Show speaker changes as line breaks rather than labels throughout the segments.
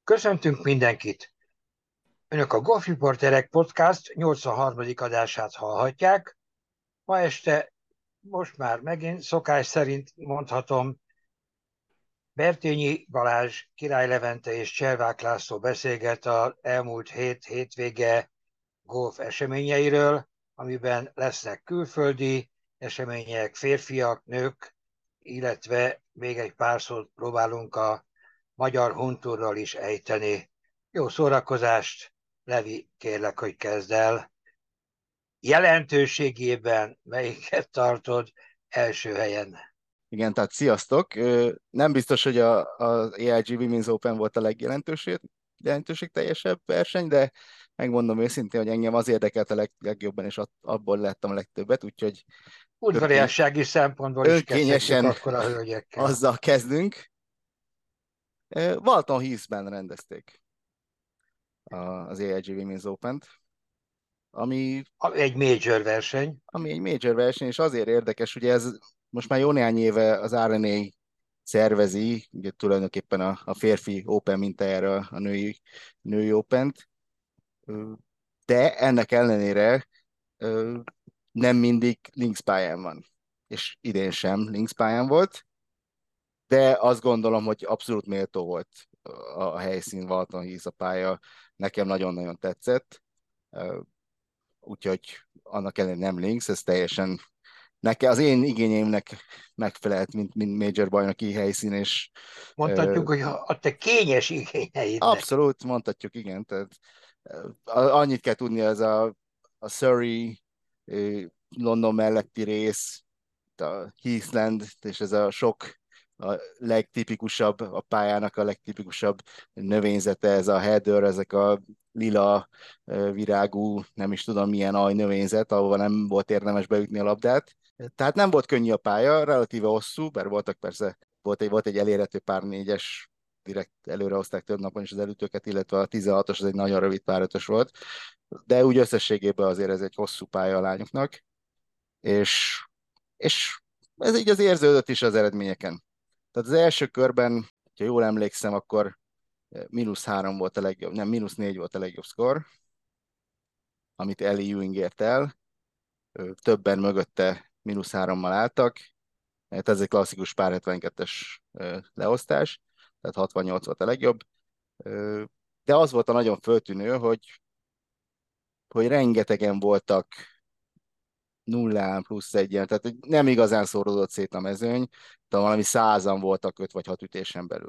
Köszöntünk mindenkit! Önök a Golf Reporterek Podcast 83. adását hallhatják. Ma este, most már megint szokás szerint mondhatom, Bertényi Balázs, Király Levente és Cservák László beszélget az elmúlt hétvége golf eseményeiről, amiben lesznek külföldi események, férfiak, nők, illetve még egy pár szót próbálunk a magyar huntúrról is ejteni. Jó szórakozást, Levi, kérlek, hogy kezd el. Jelentőségében melyiket tartod első helyen?
Igen, tehát sziasztok! Nem biztos, hogy az AIG Women's Open volt a jelentőségteljesebb verseny, de megmondom őszintén, hogy engem az érdekelt a legjobban, és abból láttam a legtöbbet, úgyhogy
Udvariassági szempontból is kezdhetjük
önkényesen
akkor a hölgyekkel.
azzal kezdünk. Walton Heath-ben rendezték az AIG Women's Open-t, ami,
Egy major verseny.
ami egy major verseny, és azért érdekes, ugye ez most már jó néhány éve az RNA szervezi, ugye tulajdonképpen a férfi Open mintájára a női Opent, de ennek ellenére nem mindig links pályán van. És idén sem links pályán volt, de azt gondolom, hogy abszolút méltó volt a helyszín, Walton Heath a pálya, nekem nagyon-nagyon tetszett, úgyhogy annak ellenére nem links, ez teljesen az én igényeimnek megfelelt, mint major bajnoki helyszín, és
Mondhatjuk, hogy a te kényes igényeidnek.
abszolút mondhatjuk, igen. Tehát annyit kell tudni, a Surrey, London melletti rész, a Heathland, és ez a sok a legtipikusabb, a pályának a legtipikusabb növényzete, ez a heather, ezek a lila virágú, nem is tudom milyen növényzet, ahova nem volt érdemes beütni a labdát. Tehát nem volt könnyű a pálya, relatíve hosszú, bár voltak persze, volt egy elérhető pár négyes, direkt előrehozták több napon is az elütőket, illetve a 16-os az egy nagyon rövid párötös volt, de úgy összességében azért ez egy hosszú pálya a lányoknak, és, és ez így az érződött is az eredményeken. Tehát az első körben, ha jól emlékszem, akkor -3 volt a legjobb, nem, -4 volt a legjobb szkor, amit Ellie Ewing ért el. Többen mögötte -3-mal álltak. Hát ez egy klasszikus pár 72-es leosztás, tehát 68 volt a legjobb. De az volt a nagyon föltűnő, hogy rengetegen voltak nullán, plusz egyen, tehát nem igazán szóródott szét a mezőny, de valami 100-an voltak 5 vagy 6 ütésen belül.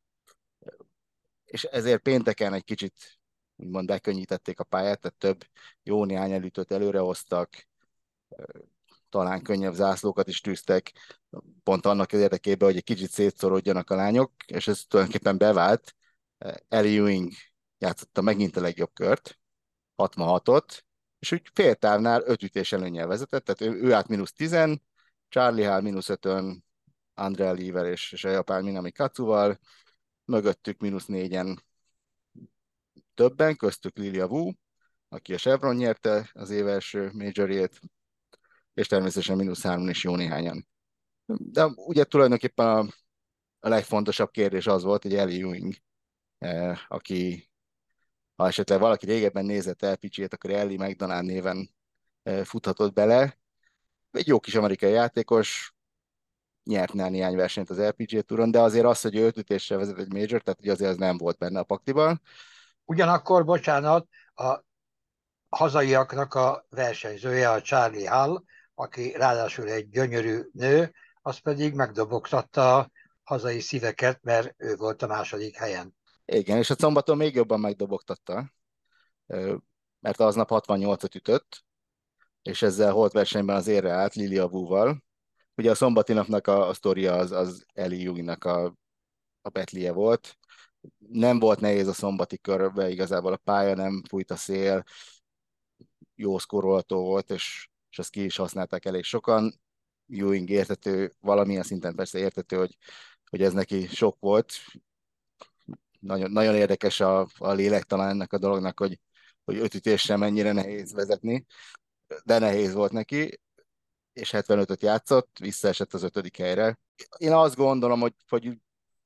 És ezért pénteken egy kicsit úgymond bekönnyítették a pályát, tehát több jó néhány elütőt előrehoztak, talán könnyebb zászlókat is tűztek, pont annak az érdekében, hogy egy kicsit szétszorodjanak a lányok, és ez tulajdonképpen bevált. Ellie Ewing játszotta megint a legjobb kört, 66-ot, és úgy féltávnál 5 ütés előnnyel vezetett, tehát ő állt -10, Charlie Hall -5-ön, Andrea Lever és a japán Minami Katsuval, mögöttük -4-en többen, köztük Lilia Wu, aki a Chevron nyerte az év első majorjét, és természetesen -3 is jó néhányan. De ugye tulajdonképpen a legfontosabb kérdés az volt, hogy Ellie Ewing, aki, ha esetleg valaki régebben nézett LPG-t, akkor Ellie McDonald néven futhatott bele. Egy jó kis amerikai játékos, nyert néhány versenyt az LPGA Touron, de azért az, hogy ő 5 ütéssel vezet egy major, tehát ugye azért az nem volt benne a pakliban.
Ugyanakkor, bocsánat, a hazaiaknak a versenyzője, a Charlie Hall, aki ráadásul egy gyönyörű nő, az pedig megdobogtatta a hazai szíveket, mert ő volt a második helyen.
Igen, és a szombaton még jobban megdobogtatta, mert aznap 68-at ütött, és ezzel holt versenyben az érre állt Lilia Wu-val. Ugye a szombati napnak a sztoria az Eli Ewingnak a betlie volt. Nem volt nehéz a szombati körbe, igazából a pálya nem fújt a szél, jó szkorolható volt, és azt ki is használták elég sokan. Ewing értető, valamilyen szinten persze értető, hogy ez neki sok volt. Nagyon, nagyon érdekes a lélektana ennek a dolognak, hogy 5 ütéssel mennyire nehéz vezetni, de nehéz volt neki, és 75-öt játszott, visszaesett az 5. helyre. Én azt gondolom, hogy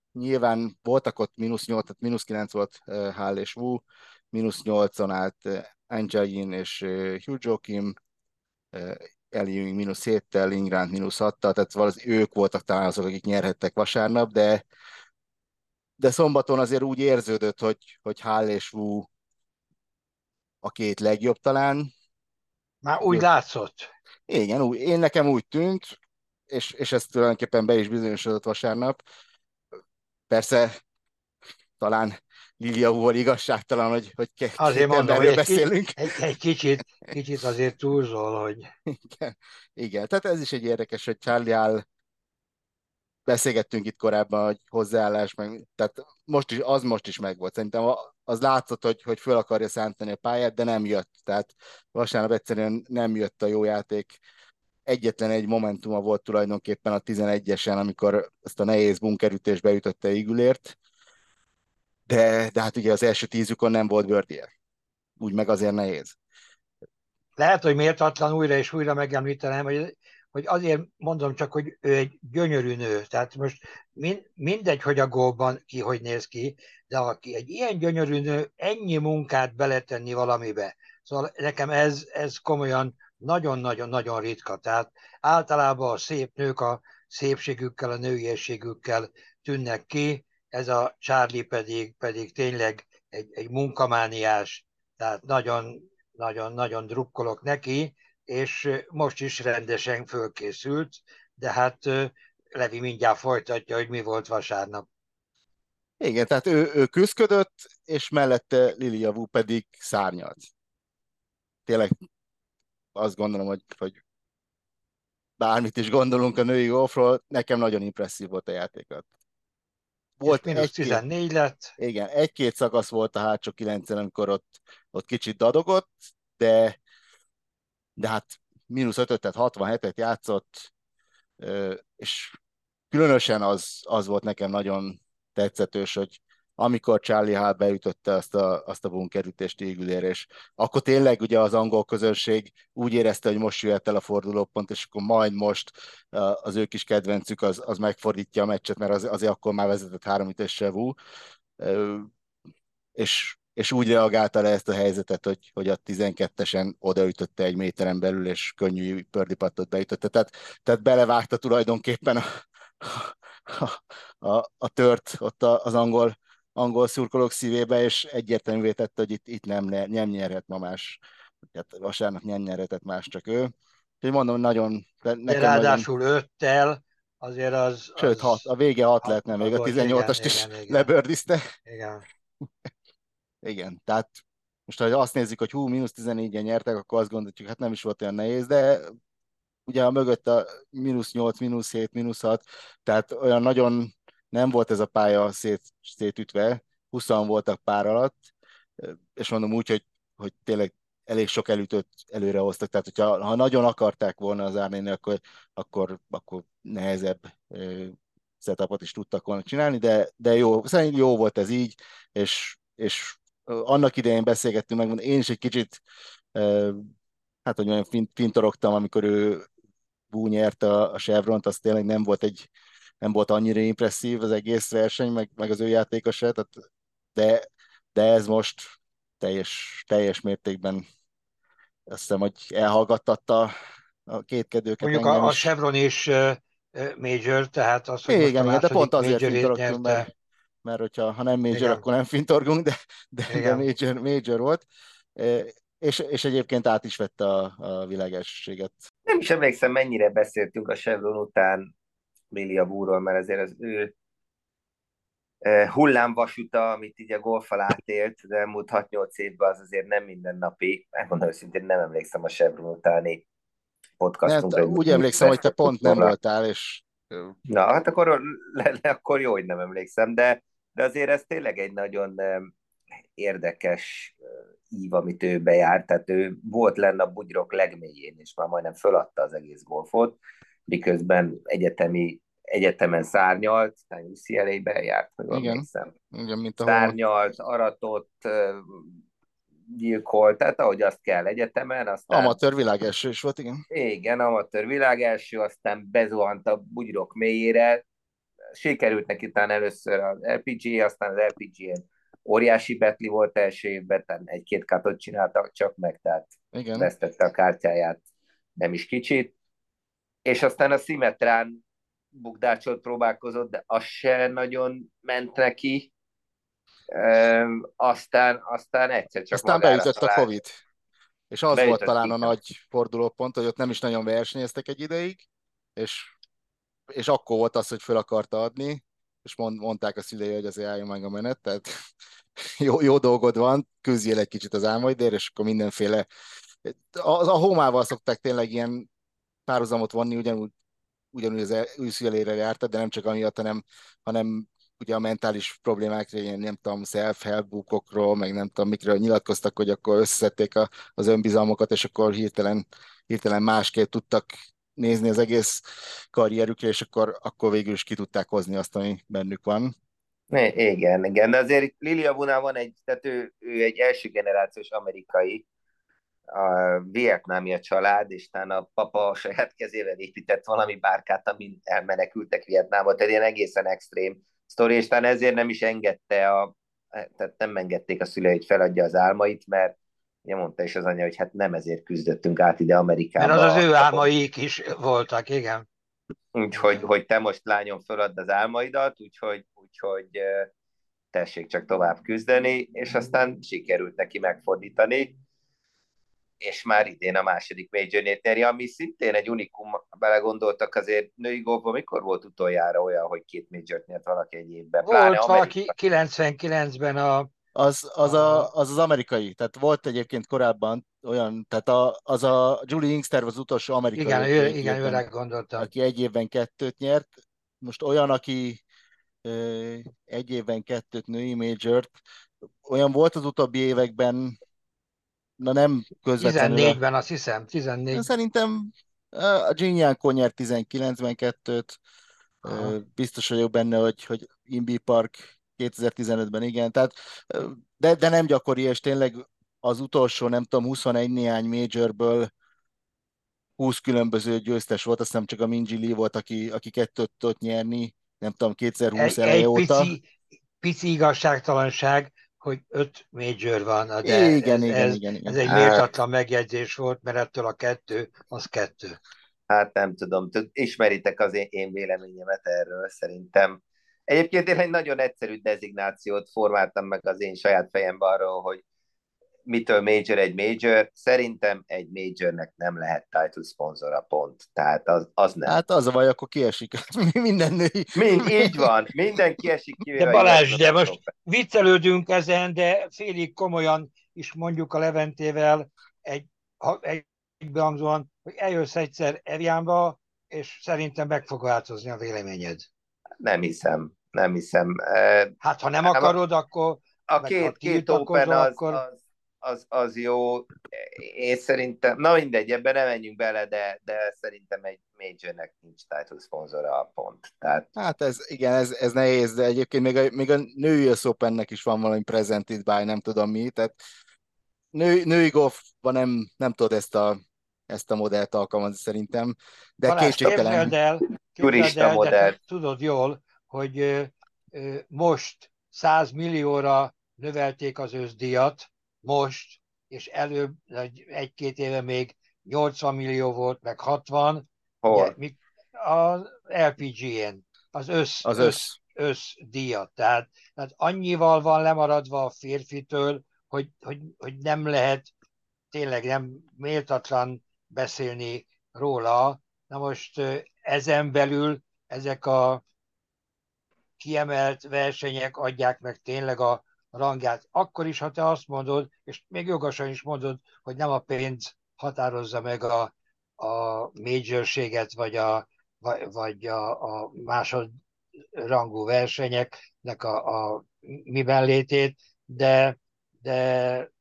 nyilván voltak ott -8, tehát -9 volt Hall és Wu, -8-on állt Angelin és Hugh Joachim, Eli Ewing -7-tel, Ingrant -6-tal, tehát valószínűleg ők voltak talán azok, akik nyerhettek vasárnap, de szombaton azért úgy érződött, hogy Hall és Wu a két legjobb talán.
Már úgy
Jó.
látszott.
Igen, nekem úgy tűnt, és ez tulajdonképpen be is bizonyosodott vasárnap. Persze talán Lilia Wu igazságtalan, hogy
Azért
két
mondom, hogy
emberről beszélünk.
egy kicsit azért túlzol, hogy
Igen, igen, tehát ez is egy érdekes, hogy Charlie Hall, beszélgettünk itt korábban, hogy hozzáállás, meg, tehát most is megvolt. Szerintem az látszott, hogy föl akarja szántani a pályát, de nem jött. Tehát vasárnap egyszerűen nem jött a jó játék. Egyetlen egy momentuma volt tulajdonképpen a 11-esen, amikor ezt a nehéz bunkerütést beütötte Eagleért, de hát ugye az első 10-ükön nem volt birdie. Úgy meg azért nehéz.
lehet, hogy méltatlan újra és újra megemlítenem, hogy azért mondom csak, hogy ő egy gyönyörű nő. Tehát most mindegy, hogy a gólban ki hogy néz ki, de aki egy ilyen gyönyörű nő, ennyi munkát beletenni valamibe. Szóval nekem ez komolyan nagyon-nagyon-nagyon ritka. Tehát általában a szép nők a szépségükkel, a nőiességükkel tűnnek ki, ez a Charlie pedig tényleg egy munkamániás, tehát nagyon-nagyon drukkolok neki, és most is rendesen fölkészült, de hát Levi mindjárt folytatja, hogy mi volt vasárnap.
Igen, tehát ő küzdködött, és mellette Lilia Wu pedig szárnyalt. Tényleg azt gondolom, hogy bármit is gondolunk a női golfról, nekem nagyon impresszív volt a játéka.
És
Volt
mínusz
egy-két,
14 lett,
igen, egy-két szakasz volt a hátsó kilencen, amikor ott kicsit dadogott, de, de hát -5-öt, tehát 67-et játszott, és különösen az volt nekem nagyon tetszetős, hogy amikor Charlie Hall beütötte azt a bunkerütést Eagle-ére, és akkor tényleg ugye az angol közönség úgy érezte, hogy most jöhet el a fordulópont, és akkor majd most az ő kis kedvencük az megfordítja a meccset, mert azért akkor már vezetett 3-ütéssel Wu, és úgy reagálta le ezt a helyzetet, hogy a 12-esen odaütötte egy méteren belül, és könnyű birdie puttot beütötte. Tehát belevágta tulajdonképpen a tört ott az angol szurkolók szívébe, és egyértelművé tette, hogy itt nem nyerhet ma más. Tehát vasárnap nem nyerhetett más, csak ő. Úgyhogy mondom,
de
nekem nagyon,
ráadásul 5-tel, azért
sőt,
az
a vége 6
hat
lehetne, még a
volt, igen,
18-ast is
igen, igen,
lebördizte.
igen.
Igen, tehát most, ha azt nézzük, hogy -14-en nyertek, akkor azt gondoljuk, hát nem is volt olyan nehéz, de ugye a mögött a -8, -7, -6, tehát olyan nagyon nem volt ez a pálya szétütve, 20 voltak pár alatt, és mondom úgy, hogy tényleg elég sok elütött előre hoztak, tehát ha nagyon akarták volna az árnéni, akkor nehezebb setupot is tudtak volna csinálni, de jó, szerintem jó volt ez így, és annak idején beszélgettünk meg, én is egy kicsit hát, hogy olyan fintorogtam, amikor ő Bú nyerte a Chevront, az tényleg nem volt annyira impresszív az egész verseny, meg az ő játéka se, tehát, de, de ez most teljes mértékben azt hiszem, hogy elhallgattatta a kétkedőket
Mondjuk
engem
a
is.
Chevron is major, tehát az, hogy most a
Igen, de pont
második
azért
majorét
fintorogtunk,
nyerte.
mert hogyha ha nem major,
Igen,
akkor nem fintorgunk, de
igen.
major volt. És egyébként át is vette a világelsőséget.
Nem is emlékszem, mennyire beszéltünk a Chevron után Lilia Búról, mert azért az ő hullámvasuta, amit így a golfal átélt, de elmúlt 6-8 évben az azért nem mindennapi. Megmondom őszintén, nem emlékszem a Chevron utáni
Mert
podcastunkra, hogy
úgy
mennyit
emlékszem, hogy te
beszéltünk
pont nem
róla.
voltál, és
Na, hát akkor, akkor jó, hogy nem emlékszem, de azért ez tényleg egy nagyon érdekes ív, amit ő bejárt, tehát ő volt lenne a bugyrok legmélyén, és már majdnem föladta az egész golfot, miközben egyetemen szárnyalt, UCLA-be járt, hogy
igen,
emlékszem.
igen, mint ahol
Szárnyalt, aratott, gyilkolt, tehát ahogy azt kell egyetemen, aztán
amatőr világelső is volt, igen.
igen, amatőr világelső, aztán bezuhant a bugyrok mélyére, sikerült neki talán először az LPGA, aztán az LPGA-n óriási betli volt első évben, tehát egy-két katot csináltak csak meg, tehát
Igen.
vesztette a kártyáját nem is kicsit, és aztán a Szimetrán bukdácsot próbálkozott, de az se nagyon ment neki, aztán egyszer csak
Aztán
magára
beütött a
talált.
Covid. És az volt
Beütött,
talán a
igen.
nagy fordulópont, hogy ott nem is nagyon versenyeztek egy ideig, és, és akkor volt az, hogy föl akarta adni, és mondták a szülei, hogy azért álljon meg a menet, tehát jó dolgod van, küzdjél egy kicsit az álmaidért, és akkor mindenféle... A homával szokták tényleg ilyen párhuzamot vonni, ugyanúgy az őszülére jártad, de nem csak amiatt, hanem ugye a mentális problémákra, ilyen nem tudom, self-help bookokról, meg nem tudom mikről nyilatkoztak, hogy akkor összeszedték az önbizalmokat, és akkor hirtelen másképp tudtak nézni az egész karrierükre, és akkor végül is ki tudták hozni azt, ami bennük van.
Igen, igen, de azért Lilia Vuna van tehát ő egy első generációs amerikai, a vietnámi a család, és talán a papa a saját kezével épített valami bárkát, amin elmenekültek Vietnámba, tehát ilyen egészen extrém sztori, és talán ezért nem is tehát nem engedték a szülei, hogy feladja az álmait, mert ugye mondta is az anya, hogy hát nem ezért küzdöttünk át ide
Mert az
Amerikába,
ő álmaik is voltak, igen.
úgyhogy
Igen.
hogy te most lányom föladd az álmaidat, úgyhogy tessék csak tovább küzdeni, és aztán sikerült neki megfordítani, és már idén a második majornét nyeri, ami szintén egy unikum, belegondoltak azért női golfban, mikor volt utoljára olyan, hogy két majort nyert valaki egy évben, pláne
Volt valaki
Amerika.
99-ben
Az amerikai, tehát volt egyébként korábban olyan, tehát az a Julie Inkster az utolsó amerikai,
igen, őre gondoltam.
aki egy évben kettőt nyert. Most olyan, aki egy évben kettőt női majort, olyan volt az utóbbi években, na nem közvetlenül
14-ben azt hiszem, 14.
szerintem a Jin Yanko nyert 19-ben kettőt,
Aha.
biztos vagyok benne, hogy Inby Park 2015-ben igen, tehát, de nem gyakori, és tényleg az utolsó, nem tudom, 21 néhány majorből 20 különböző győztes volt, azt hiszem csak a Minji Lee volt, aki kettőt tudott nyerni, nem tudom, 2020 eleje
Egy
óta.
pici igazságtalanság, hogy 5 major van, de
Igen, igen, igen,
ez
igen.
egy
Hát,
méltatlan megjegyzés volt, mert ettől a kettő, az kettő.
hát nem tudom, ismeritek az én véleményemet erről, szerintem. Egyébként én egy nagyon egyszerű dezignációt formáltam meg az én saját fejembe arról, hogy mitől major egy major. Szerintem egy majornek nem lehet title szponzora, pont. Tehát az nem.
Hát az a baj, akkor kiesik minden női.
Így van, mindenki esik
De
kivéve a US
Balázs, de
Women's
most
Open.
viccelődünk ezen, de félig komolyan is mondjuk a Leventével egybehangzóan, hogy eljössz egyszer Evianba, és szerintem meg fog változni a véleményed.
Nem hiszem, nem hiszem.
Hát, ha nem akarod, akkor,
A
meg ha
két Open
tiltakozol, akkor
az jó. Én szerintem, na mindegy, ebben nem menjünk bele, de szerintem egy majornek nincs title szponzora, pont. Tehát
Hát igen, ez nehéz, de egyébként még a női US Opennek is van valami presented by, nem tudom mi, tehát női golfban nem tudod ezt a modellt alkalmazni szerintem, de
Balázs,
kétségtelen.
képzeld
turista
el, de
modell.
tudod jól, hogy most 100 millióra növelték az őszdíjat, most, és előbb, egy-két éve még 80 millió volt, meg 60, ugye,
Hol?
az LPGN, az
Az össz.
összdíjat. Tehát annyival van lemaradva a férfitől, hogy nem lehet, tényleg nem méltatlan beszélni róla. Na most ezen belül ezek a kiemelt versenyek adják meg tényleg a rangját. Akkor is, ha te azt mondod, és még jogosan is mondod, hogy nem a pénz határozza meg a majorséget, vagy a másodrangú versenyeknek a miben létét, de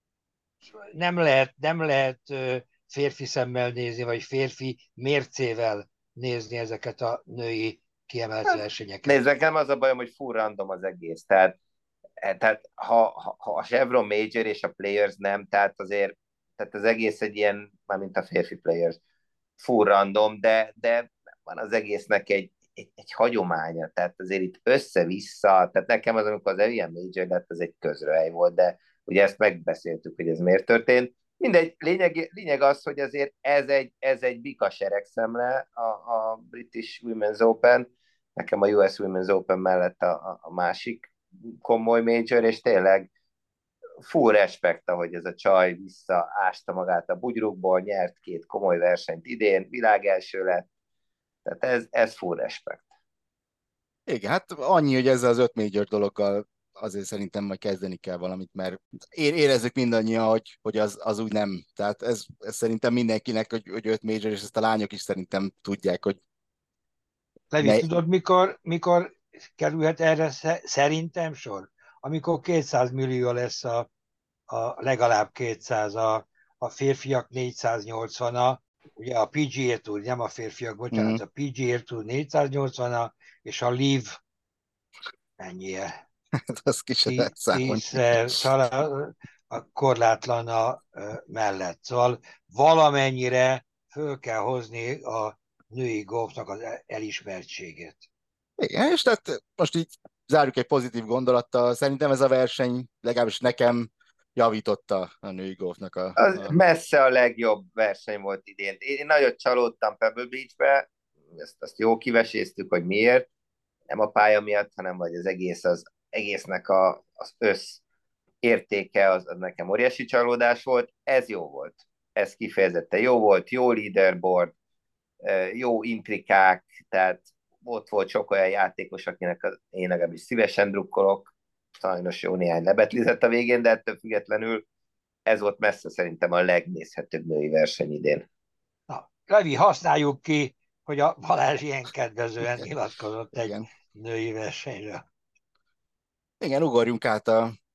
nem lehet férfi szemmel nézni, vagy férfi mércével nézni ezeket a női kiemelt
Nézd,
versenyeket.
nekem az a bajom, hogy full random az egész. Tehát ha a Chevron Major és a Players nem, tehát az egész egy ilyen, már mint a férfi Players, full random, de van az egésznek egy hagyománya, tehát azért itt össze-vissza, tehát nekem az, amikor az Evian Major lett, az egy közröhely volt, de ugye ezt megbeszéltük, hogy ez miért történt. Mindegy, lényeg az, hogy azért ez egy bika seregszemle a British Women's Open, nekem a US Women's Open mellett a másik komoly major, és tényleg full respekt, ahogy ez a csaj visszaásta magát a bugyrukból, nyert 2 komoly versenyt idén, világelső lett, tehát ez full respekt.
Igen, hát annyi, hogy ezzel az 5 major dologgal azért szerintem majd kezdeni kell valamit, mert érezzük mindannyian, hogy az úgy nem. Tehát ez szerintem mindenkinek, hogy 5 major, és ezt a lányok is szerintem tudják, hogy
Levi, tudod, mikor kerülhet erre szerintem sor? Amikor 200 millió lesz legalább 200, a férfiak 480-a, ugye a PGA Tour, nem a férfiak, bocsánat, a PGA Tour 480-a, és a Live ennyie?
az ki se lehet számolni.
10-szer talán a korlátlana mellett. Szóval valamennyire föl kell hozni a női golfnak az elismertségét.
Igen, és tehát most így zárjuk egy pozitív gondolattal. Szerintem ez a verseny legalábbis nekem javította a női golfnak
Az messze a legjobb verseny volt idén. Én nagyot csalódtam Pebble Beachbe, azt jó kiveséztük, hogy miért. Nem a pálya miatt, hanem vagy az egésznek az össz értéke az nekem óriási csalódás volt. Ez jó volt. Ez kifejezetten jó volt, jó leaderboard, jó intrikák, tehát ott volt sok olyan játékos, akinek én legalábbis szívesen drukkolok, sajnos jó néhány lebetlizett a végén, de ettől függetlenül ez volt messze szerintem a legnézhetőbb női verseny idén.
Na, Levi, használjuk ki, hogy a Balázs ilyen kedvezően
Igen.
nyilatkozott egy
Igen.
női versenyről.
Igen, ugorjunk át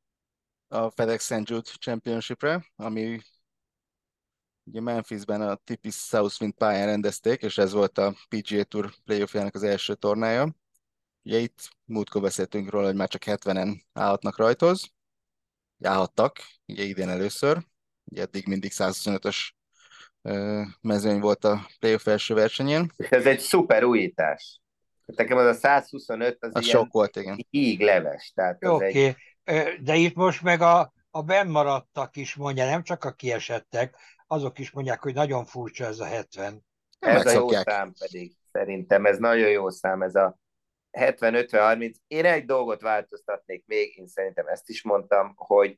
a FedEx St. Jude Championship-re, ami ugye Memphisben a Tipis Southwind pályán rendezték, és ez volt a PGA Tour playoffjának az első tornája. Ugye itt múltkor beszéltünk róla, hogy már csak 70-en állhatnak rajtoz. Állhattak, ugye idén először. Ugye eddig mindig 125-ös mezőny volt a playoff első versenyén.
És ez egy szuper újítás. Nekem az a 125 az
Az
ilyen
sok volt, igen.
hígleves. Tehát az
Oké, de itt most meg a benn maradtak is mondja, nem csak a kiesettek, azok is mondják, hogy nagyon furcsa ez a 70.
ez a jó
Megszokják.
szám pedig. Szerintem ez nagyon jó szám, ez a 70-50-30. Én egy dolgot változtatnék még, én szerintem ezt is mondtam,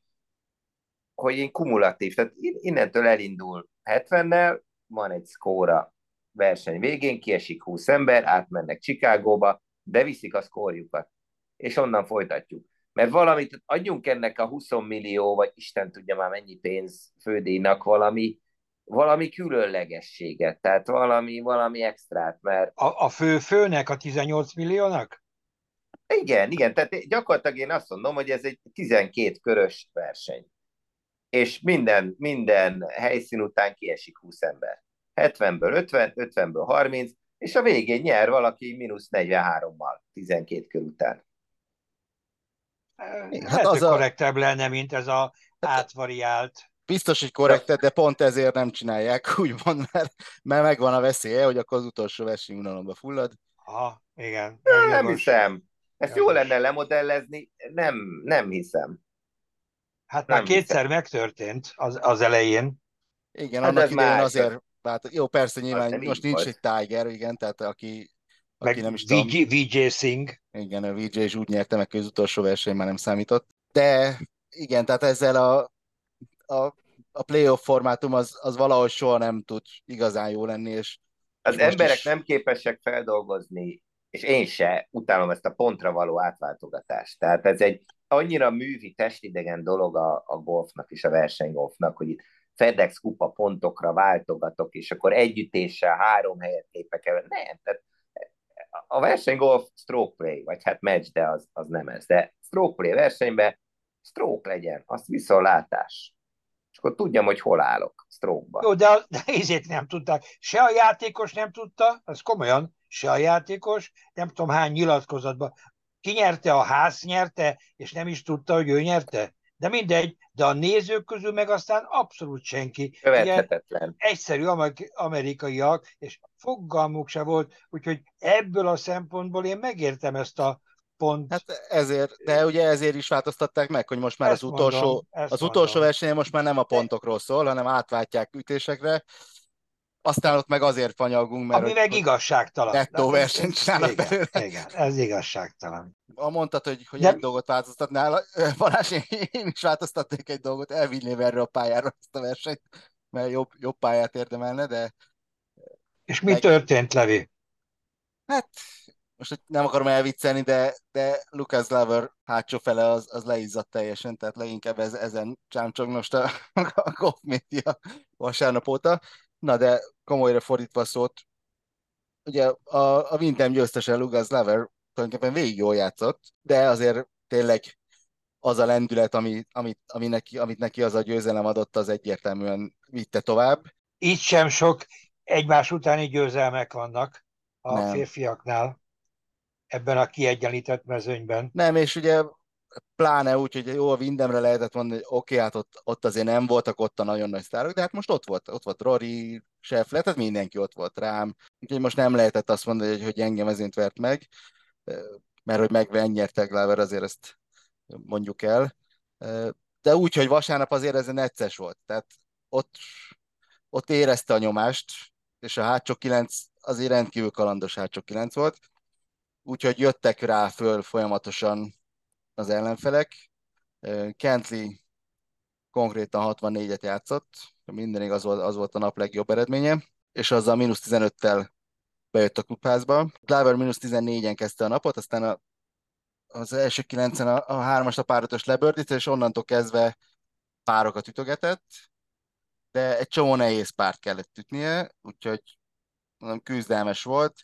hogy én kumulatív, tehát innentől elindul 70-nel, van egy szkóra verseny végén, kiesik 20 ember, átmennek Chicagóba, de viszik a szkórjukat, és onnan folytatjuk. Mert valamit adjunk ennek a 20 millió, vagy Isten tudja már mennyi pénz fődíjnak valami különlegességet, tehát valami extrát, mert
A főnek, a 18 milliónak?
igen, tehát gyakorlatilag én azt mondom, hogy ez egy 12 körös verseny. És minden helyszín után kiesik 20 ember. 70-ből 50, 50-ből 30, és a végén nyer valaki -43-mal 12 kör után.
Hát
Lehet,
az
hogy korrektebb lenne, mint ez a átvariált.
biztos, hogy korrekt, de pont ezért nem csinálják, úgymond, mert megvan a veszélye, hogy akkor az utolsó verseny unalomba fullad.
Aha, igen,
Nem
jogos.
hiszem. Ezt jó
Jogos.
lenne lemodellezni, nem hiszem.
Hát már
Nem
kétszer
hiszem.
megtörtént az elején.
Igen,
Hát
annak
ez
idején
más,
azért, hát jó, persze
az
nyilván
nem
most
így
nincs
volt.
egy Tiger, igen, tehát aki
Meg
nem is tudom,
VJ Singh.
igen, a VJ is úgy nyerte meg, hogy az utolsó verseny már nem számított. De igen, tehát ezzel a, a playoff formátum az valahogy soha nem tud igazán jó lenni, és
Az
most
emberek
is,
nem képesek feldolgozni, és én se utálom ezt a pontra való átváltogatást. Tehát ez egy annyira művi, testidegen dolog a golfnak és a versenygolfnak, hogy itt FedEx kupa pontokra váltogatok, és akkor együttéssel 3 helyet lépek el. Nem, tehát a versenygolf stroke play, vagy hát match, de az nem ez. De stroke play versenyben stroke legyen, az viszontlátás. És akkor tudjam, hogy hol állok stroke-ba.
Jó, de ízét nem tudták. Se a játékos nem tudta, ez komolyan, se a játékos, nem tudom hány nyilatkozatban. Ki nyerte, a ház nyerte, és nem is tudta, hogy ő nyerte? De mindegy, de a nézők közül meg aztán abszolút senki. Ugye
Követhetetlen.
egyszerű amerikaiak, és fogalmuk se volt, úgyhogy ebből a szempontból én megértem ezt a pont.
Hát ezért, de ugye ezért is változtatták meg, hogy most már
Ezt mondom, ezt
az utolsó
mondom.
versenyen most már nem a
De
pontokról szól, hanem átváltják ütésekre. Aztán ott meg azért fanyagunk, mert
ami meg
hogy
igazságtalan.
nettó
Hát
versenyt csinálnak
igen,
belőle.
igen, ez igazságtalan.
Mondtad, hogy egy
De,
dolgot változtatnál. Balázs, én is változtatnék egy dolgot, elvinném erre a pályára ezt a versenyt, mert jobb pályát érdemelne, de
és mi
meg,
történt, Levi?
hát most hogy nem akarom elviccelni, de Lucas Glover hátsó fele az leizzadt teljesen, tehát leginkább ezen csámcsog most a golf média vasárnap óta. Na de komolyra fordítva a szót, ugye a Windham győztese Lucas Glover tulajdonképpen végig jól játszott, de azért tényleg az a lendület, amit neki az a győzelem adott, az egyértelműen vitte tovább.
Itt sem sok egymás utáni győzelmek vannak a
Nem.
férfiaknál ebben a kiegyenlített mezőnyben.
Nem, és ugye pláne úgy, hogy jó, a Windhamre lehetett mondani, hogy oké, hát ott azért nem voltak ott a nagyon nagy sztárok, de hát most ott volt Rory, Scheffler, tehát mindenki ott volt rám. Úgyhogy most nem lehetett azt mondani, hogy engem ezért vert meg, mert hogy megnyerte Glover, azért ezt mondjuk el. De úgy, hogy vasárnap azért ez necces volt. Tehát ott, ott érezte a nyomást, és a hátsó kilenc azért rendkívül kalandos hátsó kilenc volt, úgyhogy jöttek rá föl folyamatosan az ellenfelek. Kentley konkrétan 64-et játszott, mindenig az volt a nap legjobb eredménye, és azzal mínusz 15-tel bejött a klubházba. Glover mínusz 14-en kezdte a napot, aztán az első 9-en a hármas a páratos lebördít, és onnantól kezdve párokat ütögetett, de egy csomó nehéz párt kellett ütnie, úgyhogy mondom, küzdelmes volt.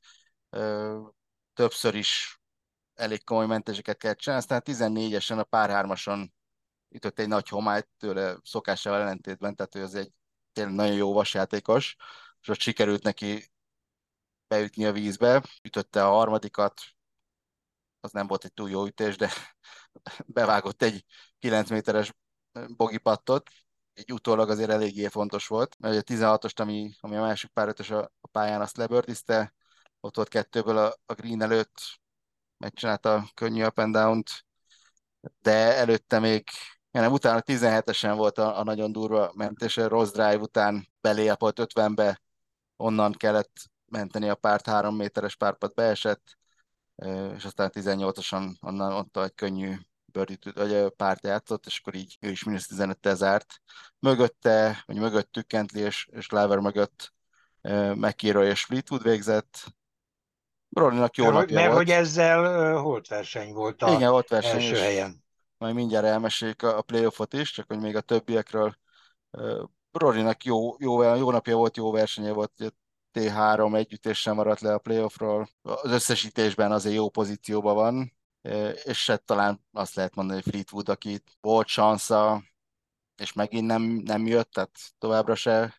Többször is elég komoly mentéseket kellett csinálni, aztán 14-esen a pár hármason ütött egy nagy homályt tőle szokásával ellentétben, tehát ő az egy tényleg nagyon jó vasjátékos, és ott sikerült neki beütni a vízbe, ütötte a harmadikat, az nem volt egy túl jó ütés, de bevágott egy 9 méteres bogi pattot, egy utólag azért eléggé fontos volt, mert a 16-ost, ami a másik párötös a pályán, azt lebördizte, ott volt kettőből a green előtt, megcsinálta a könnyű up and down-t, de előtte még, ja nem, utána 17-esen volt a nagyon durva mentés, a rossz drive után beléjapolt 50-be, onnan kellett menteni a párt, 3 méteres párpat beesett, és aztán 18-ason onnan ott egy könnyű vagy párt játszott, és akkor így ő is mínusz 15-tel zárt. Mögötte, vagy mögöttük Kentley és Glover mögött McIlroy és Fleetwood végzett. Rorynak jó napja
Mert hogy
volt.
ezzel holt verseny volt a
Igen, ott verseny,
első
és
helyen.
majd mindjárt elmeséljük a playoffot is, csak hogy még a többiekről. Rorynak jó napja volt, jó versenye volt, ugye T3 együttésen maradt le a playoffról. Az összesítésben azért jó pozícióban van, és hát talán azt lehet mondani, hogy Fleetwood, aki volt sansza, és megint nem jött, tehát továbbra se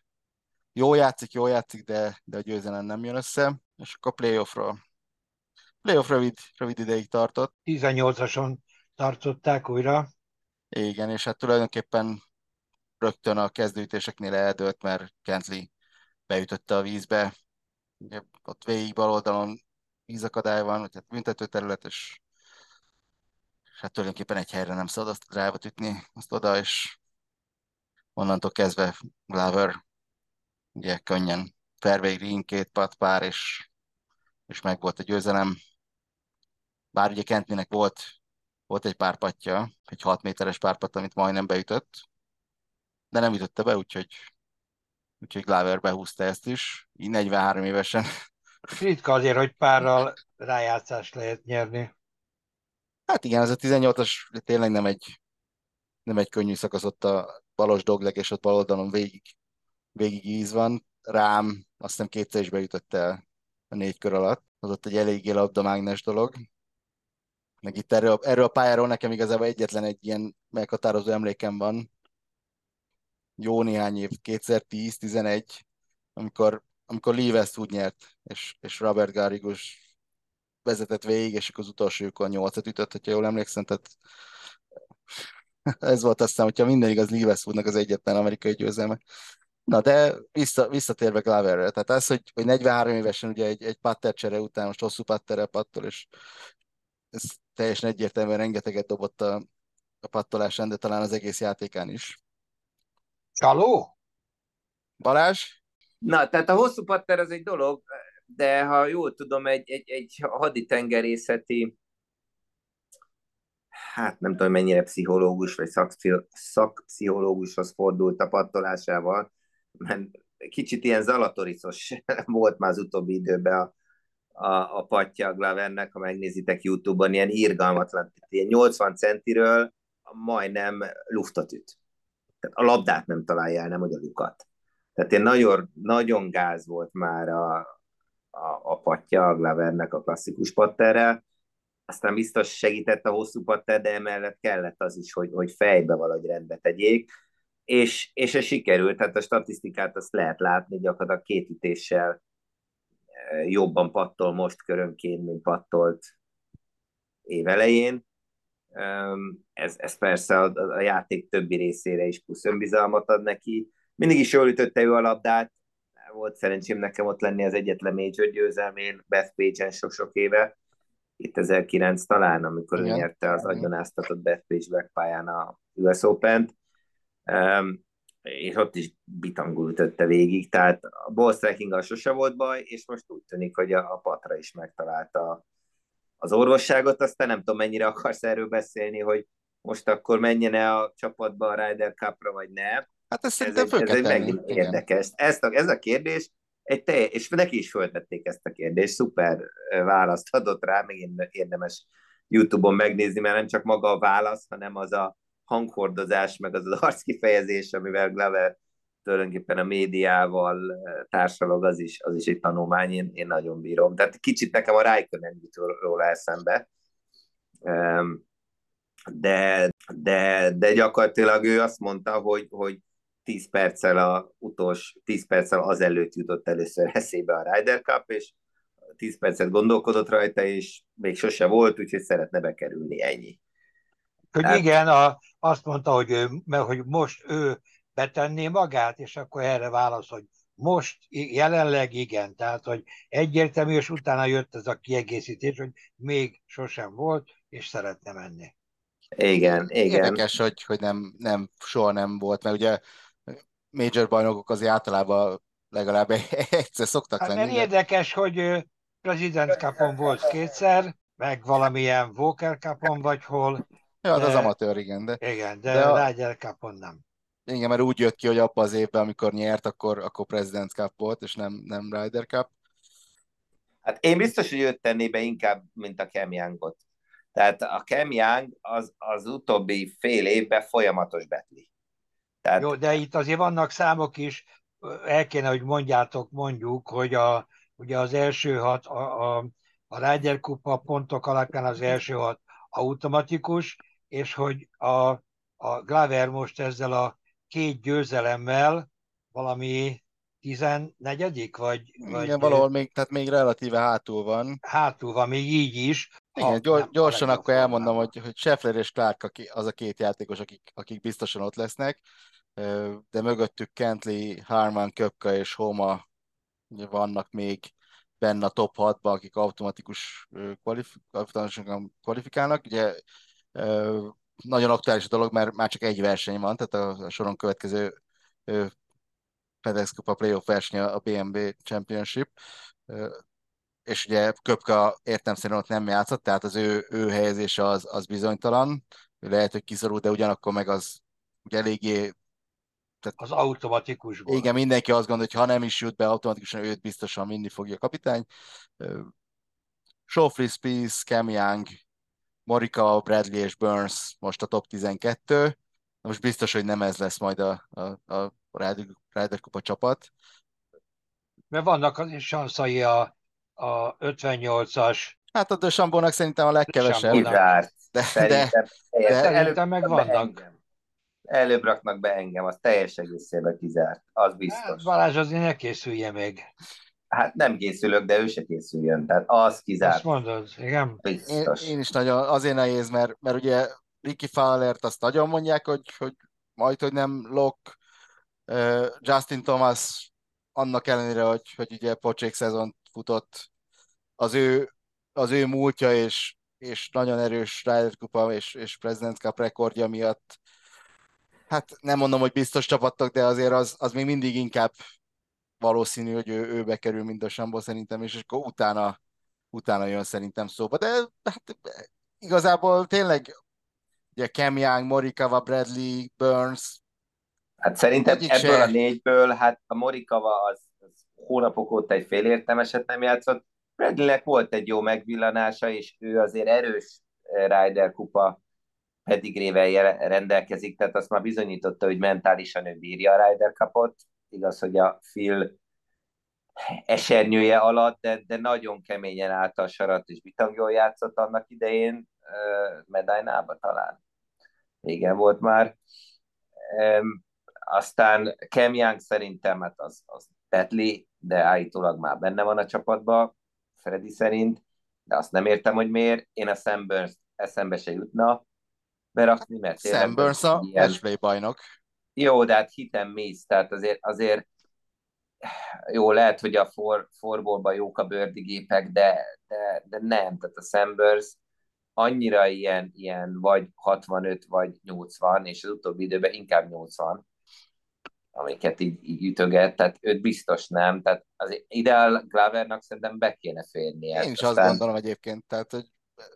jó játszik, de a győzelem nem jön össze. És akkor a playoffról. Playoff rövid ideig tartott.
18-ason tartották újra.
Igen, és hát tulajdonképpen rögtön a kezdőütéseknél eldőlt, mert Kentley beütötte a vízbe. Ugye ott végig bal oldalon vízakadály van, vagy hát büntetőterület, és hát tulajdonképpen egy helyre nem szabad azt a drive-ot ütni, azt oda, és onnantól kezdve Glover ugye könnyen fairway green, két putt pár, és meg volt a győzelem. Bár ugye Kentleynek volt egy pár pattja, egy 6 méteres párpatt, amit majdnem beütött, de nem ütötte be, úgyhogy Glover behúzta ezt is, így 43 évesen.
Ritka azért, hogy párral rájátszást lehet nyerni.
Hát igen, ez a 18-as tényleg nem egy könnyű szakasz, ott a balos dogleg, és ott bal oldalon végig íz van. Rám azt hiszem kétszer is beütött el a 4 kör alatt. Az ott egy eléggé labdamágnes dolog. Meg itt erről a pályáról nekem igazából egyetlen egy ilyen meghatározó emlékem van. Jó néhány év, 2010-11, amikor Lee Westwood nyert, és Robert Garrigus vezetett végig, és akkor az utolsó lyukon 8-at ütött, hogyha jól emlékszem, tehát Ez volt aztán, hogyha minden igaz, Lee Westwoodnak az egyetlen amerikai győzelme. Na de visszatérve Gloverre, tehát az, hogy 43 évesen ugye egy pattercsere után most hosszú patterrel pattol, és ez teljesen egyértelműen rengeteget dobott a pattolásán, de talán az egész játékán is.
Csaló?
Balázs?
Na, tehát a hosszú patter az egy dolog, de ha jól tudom, egy haditengerészeti, hát nem tudom mennyire pszichológus vagy szakpszichológushoz fordult a pattolásával, mert kicsit ilyen zalatoriszos volt már az utóbbi időben a patja a Glovernek, ha megnézitek YouTube-on, ilyen irgalmatlan, ilyen 80 centiről majdnem luftot üt. Tehát a labdát nem találja el, nem hogy a lukat. Tehát ilyen nagyon, nagyon gáz volt már a patja a Glovernek a klasszikus patterrel, aztán biztos segített a hosszú patter, de emellett kellett az is, hogy fejbe valahogy rendbe tegyék, és ez sikerült, tehát a statisztikát azt lehet látni, gyakorlatilag 2 ütéssel jobban pattol most körönként, mint pattolt évelején. Ez persze a játék többi részére is plusz önbizalmat ad neki. Mindig is jól ütötte ő a labdát, volt szerencsém nekem ott lenni az egyetlen major győzelmén, Bethpage-en sok-sok éve, 2009 talán, amikor ő nyerte az agyonáztatott Bethpage backpályán a US Open-t, és ott is bitangul ütötte végig, tehát a ball striking-gal sose volt baj, és most úgy tűnik, hogy a patra is megtalálta az orvosságot, aztán nem tudom, mennyire akarsz erről beszélni, hogy most akkor menjen a csapatba a Ryder Cup-ra, vagy ne.
Hát ezt szerintem föl kell tenni.
Megint érdekes. Ez a kérdés, és neki is föltették ezt a kérdést, szuper választ adott rá, még érdemes YouTube-on megnézni, mert nem csak maga a válasz, hanem az a hanghordozás, meg az az arckifejezés, amivel Glover tulajdonképpen a médiával társalog, az is egy tanulmány, én nagyon bírom. Tehát kicsit nekem a Raikkonen jut róla eszembe, de gyakorlatilag ő azt mondta, hogy 10 perccel 10 perccel azelőtt jutott először eszébe a Ryder Cup, és 10 percet gondolkodott rajta, és még sose volt, úgyhogy szeretne bekerülni, ennyi.
Hogy hát, igen, azt mondta, hogy most ő betenné magát, és akkor erre válasz, hogy most jelenleg igen, tehát hogy egyértelmű, és utána jött ez a kiegészítés, hogy még sosem volt, és szeretne menni.
Igen.
Érdekes, hogy soha nem volt, mert ugye major bajnokok azért általában legalább egyszer szoktak lenni.
Mert érdekes, hogy President's Cupon volt 2-szer, meg valamilyen Walker Cupon vagy hol.
Ja, az amatőr, igen.
De Ryder Cupon nem.
Igen, mert úgy jött ki, hogy abban az évben, amikor nyert, akkor President's Cup volt, és nem Ryder Cup.
Hát én biztos, hogy őt tenné be inkább, mint a Cam Youngot. Tehát a Cam Young az utóbbi fél évben folyamatos betli. Tehát...
Jó, de itt azért vannak számok is, el kéne, hogy mondjuk, hogy ugye az első 6, a Ryder Kupa pontok alapján az első 6 automatikus, és hogy a Glover most ezzel a 2 győzelemmel valami 14. vagy
igen, valahol még relatíve hátul van.
Hátul van, még így is.
Igen, gyorsan akkor elmondom, hogy Scheffler és Clark az a 2 játékos, akik biztosan ott lesznek, de mögöttük Cantley, Harman, Köpka és Homa vannak még benne a top 6-ban, akik automatikusan kvalifikálnak. Ugye nagyon aktuális dolog, mert már csak egy verseny van, tehát a soron következő FedEx Kupa playoff verseny a BNB Championship, és ugye Köpka értelemszerűen ott nem játszott, tehát az ő helyezése az bizonytalan, lehet, hogy kiszorul, de ugyanakkor meg az ugye eléggé...
Tehát, az automatikusból.
Igen, mindenki azt gondolja, hogy ha nem is jut be automatikusan, őt biztosan vinni fogja a kapitány. Schauffele, Spieth, Cam Young, Morika, Bradley és Burns most a top 12. Most biztos, hogy nem ez lesz majd a Ryder Kupa csapat.
Mert vannak az sanszai a 58-as.
Hát a DeChambeaunak szerintem a legkevesebb.
Kizárt.
Szerintem meg vannak.
Előbb raknak be engem, az teljes egészében kizárt. Az biztos.
Hát Balázs azért ne készülje még.
Hát nem készülök, de ő se készüljön. Tehát az kizárt.
Azt mondod, igen.
Én is nagyon azért nehéz, mert ugye Ricky Fowlert azt nagyon mondják, hogy majd, hogy nem lock. Justin Thomas annak ellenére, hogy ugye pocsék szezont futott, az ő, az ő múltja és nagyon erős Ryder Kupa és Presidents Cup rekordja miatt, hát nem mondom, hogy biztos csapattak, de azért az még mindig inkább valószínű, hogy ő bekerül mind a Sambo szerintem, és akkor utána jön szerintem szóba. De hát igazából tényleg ugye Cam Young, Morikawa, Bradley, Burns,
Hát szerintem
egyik
ebből a
se.
négyből, hát a Morikawa az hónapok óta egy félértelmeset nem játszott. Bradleynek volt egy jó megvillanása, és ő azért erős Ryder Kupa pedigrével rendelkezik, tehát azt már bizonyította, hogy mentálisan ő bírja a Ryder Cupot. Igaz, hogy a Phil esernyője alatt, de nagyon keményen állt a sarat, és bitangol játszott annak idején, Medinában talán. Igen, volt már. Aztán Cam Young szerintem hát az Tetley, de állítólag már benne van a csapatban, Freddy szerint, de azt nem értem, hogy miért. Én a Sam Burns eszembe se jutna berakni, mert
Sam
tényleg
Burns
egy
a
ilyen
matchplay bajnok.
jó, de hát hit and miss, tehát azért jó, lehet, hogy a forballban jók a bőrdigépek, de nem, tehát a Sam Burns annyira ilyen vagy 65 vagy 80, és az utóbbi időben inkább 80, amiket így ütöget, tehát őt biztos nem, tehát az ideál Glovernak szerintem be kéne férnie.
Én is azt
Aztán
gondolom egyébként, tehát hogy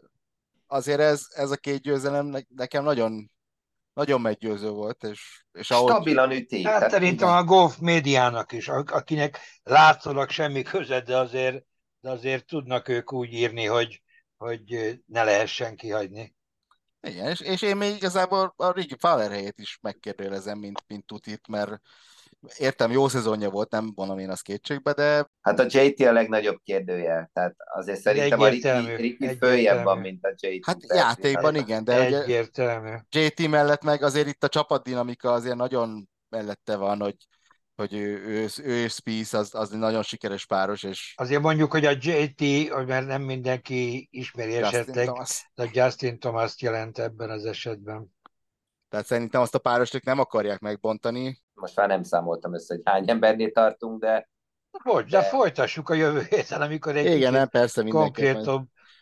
azért ez a két győzelem nekem nagyon, nagyon meggyőző volt, és ahogy
stabilan üti,
Hát
tehát
szerintem
igen,
a golf médiának is, akinek látszólag semmi köze, de azért tudnak ők úgy írni, hogy ne lehessen kihagyni.
igen, és én még igazából a Ricky Fowler helyét is megkérdőjelezem, mint tutit, mert értem, jó szezonja volt, nem vonom én azt kétségbe, de
hát a JT a legnagyobb kérdője, tehát azért
Ez
szerintem a
egyértelmű,
Ricky följebb van,
egyértelmű,
mint a
hát
JT, tehát
játékban igen, de ugye
egyértelmű.
JT mellett meg azért itt a csapatdinamika azért nagyon mellette van, hogy ő és Spieth az nagyon sikeres páros, és
Azért mondjuk, hogy a JT, mert nem mindenki ismeri
Justin
esetleg,
Thomas.
de a Justin Thomas jelent ebben az esetben.
Tehát szerintem azt a párost ők nem akarják megbontani.
most már nem számoltam össze, hogy hány embernél tartunk,
Bocs, de
de
folytassuk a jövő héten, amikor egy
Igen, nem,
kicsit
persze mindenképp majd.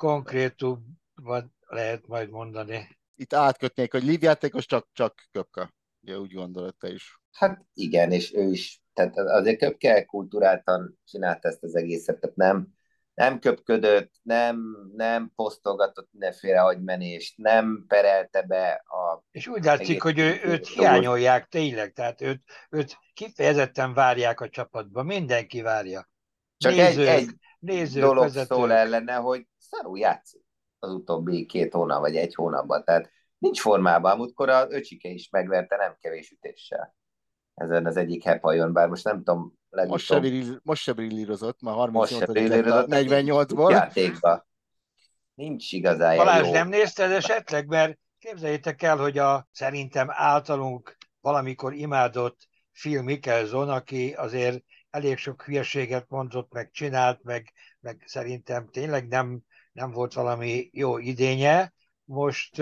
konkrétubb lehet majd mondani.
Itt átkötnék, hogy lead játékos csak Köpka. Ugye úgy gondolod te is.
hát igen, és ő is, tehát azért Köpke kulturáltan csinált ezt az egészet, tehát nem köpködött, nem posztolgatott mindenféle agymenést, nem perelte be a
És úgy látszik, hogy őt
dolgot.
hiányolják tényleg, tehát őt kifejezetten várják a csapatba, mindenki várja.
Csak egy
Nézők,
dolog szól
vezetők.
ellene, hogy szarul játszik az utóbbi 2 hónap vagy 1 hónapban, tehát nincs formában, amikor az öcsike is megverte nem kevés ütéssel ezen az egyik hepajon, bár most nem tudom, legutóbb
Most se brillírozott, már
most se
38. lett a
brillírozott, tehát nincs
48-ból.
játékban, nincs igazán
Balázs,
jó.
nem nézted esetleg? Mert képzeljétek el, hogy szerintem általunk valamikor imádott Phil Mickelson, aki azért elég sok hülyeséget mondott, meg csinált, meg szerintem tényleg nem volt valami jó idénye. Most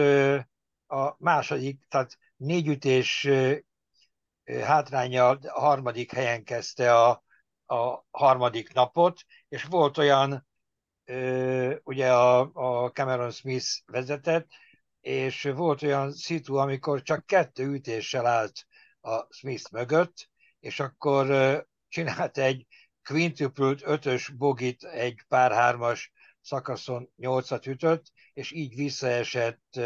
a második, tehát 4 ütés hátrányjal a harmadik helyen kezdte a harmadik napot, és volt olyan, ugye a Cameron Smith vezetett, és volt olyan szitu, amikor csak 2 ütéssel állt a Smith mögött, és akkor csinált egy quintuplet 5-ös bogit egy pár hármas szakaszon 8-at ütött, és így visszaesett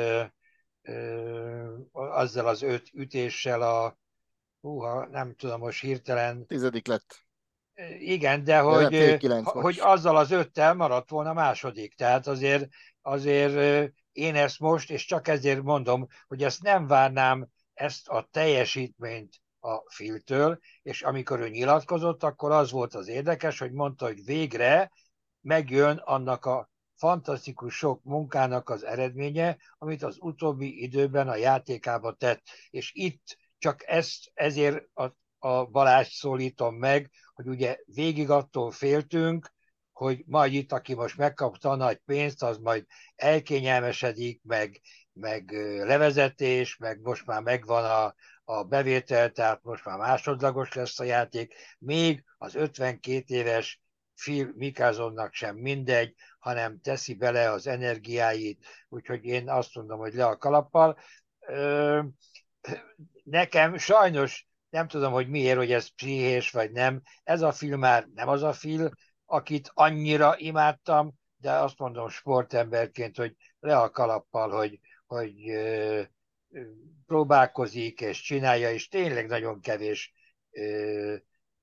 azzal az 5 ütéssel nem tudom most hirtelen,
10. lett.
igen, de
De nem, fél
hogy,
9
hogy
most.
azzal az 5-tel maradt volna második. Tehát azért én ezt most, és csak ezért mondom, hogy ezt nem várnám, ezt a teljesítményt a Philtől, és amikor ő nyilatkozott, akkor az volt az érdekes, hogy mondta, hogy végre megjön annak a fantasztikus sok munkának az eredménye, amit az utóbbi időben a játékába tett. És itt csak ezért a Balást szólítom meg, hogy ugye végig attól féltünk, hogy majd itt, aki most megkapta a nagy pénzt, az majd elkényelmesedik, meg meg levezetés, meg most már megvan a bevétel, tehát most már másodlagos lesz a játék, még az 52 éves Phil Mickelsonnak sem mindegy, hanem teszi bele az energiáit, úgyhogy én azt mondom, hogy le a kalappal. Nekem sajnos nem tudom, hogy miért, hogy ez pszichés vagy nem. Ez a film már nem az a film, akit annyira imádtam, de azt mondom sportemberként, hogy le a kalappal, hogy próbálkozik és csinálja, és tényleg nagyon kevés ö,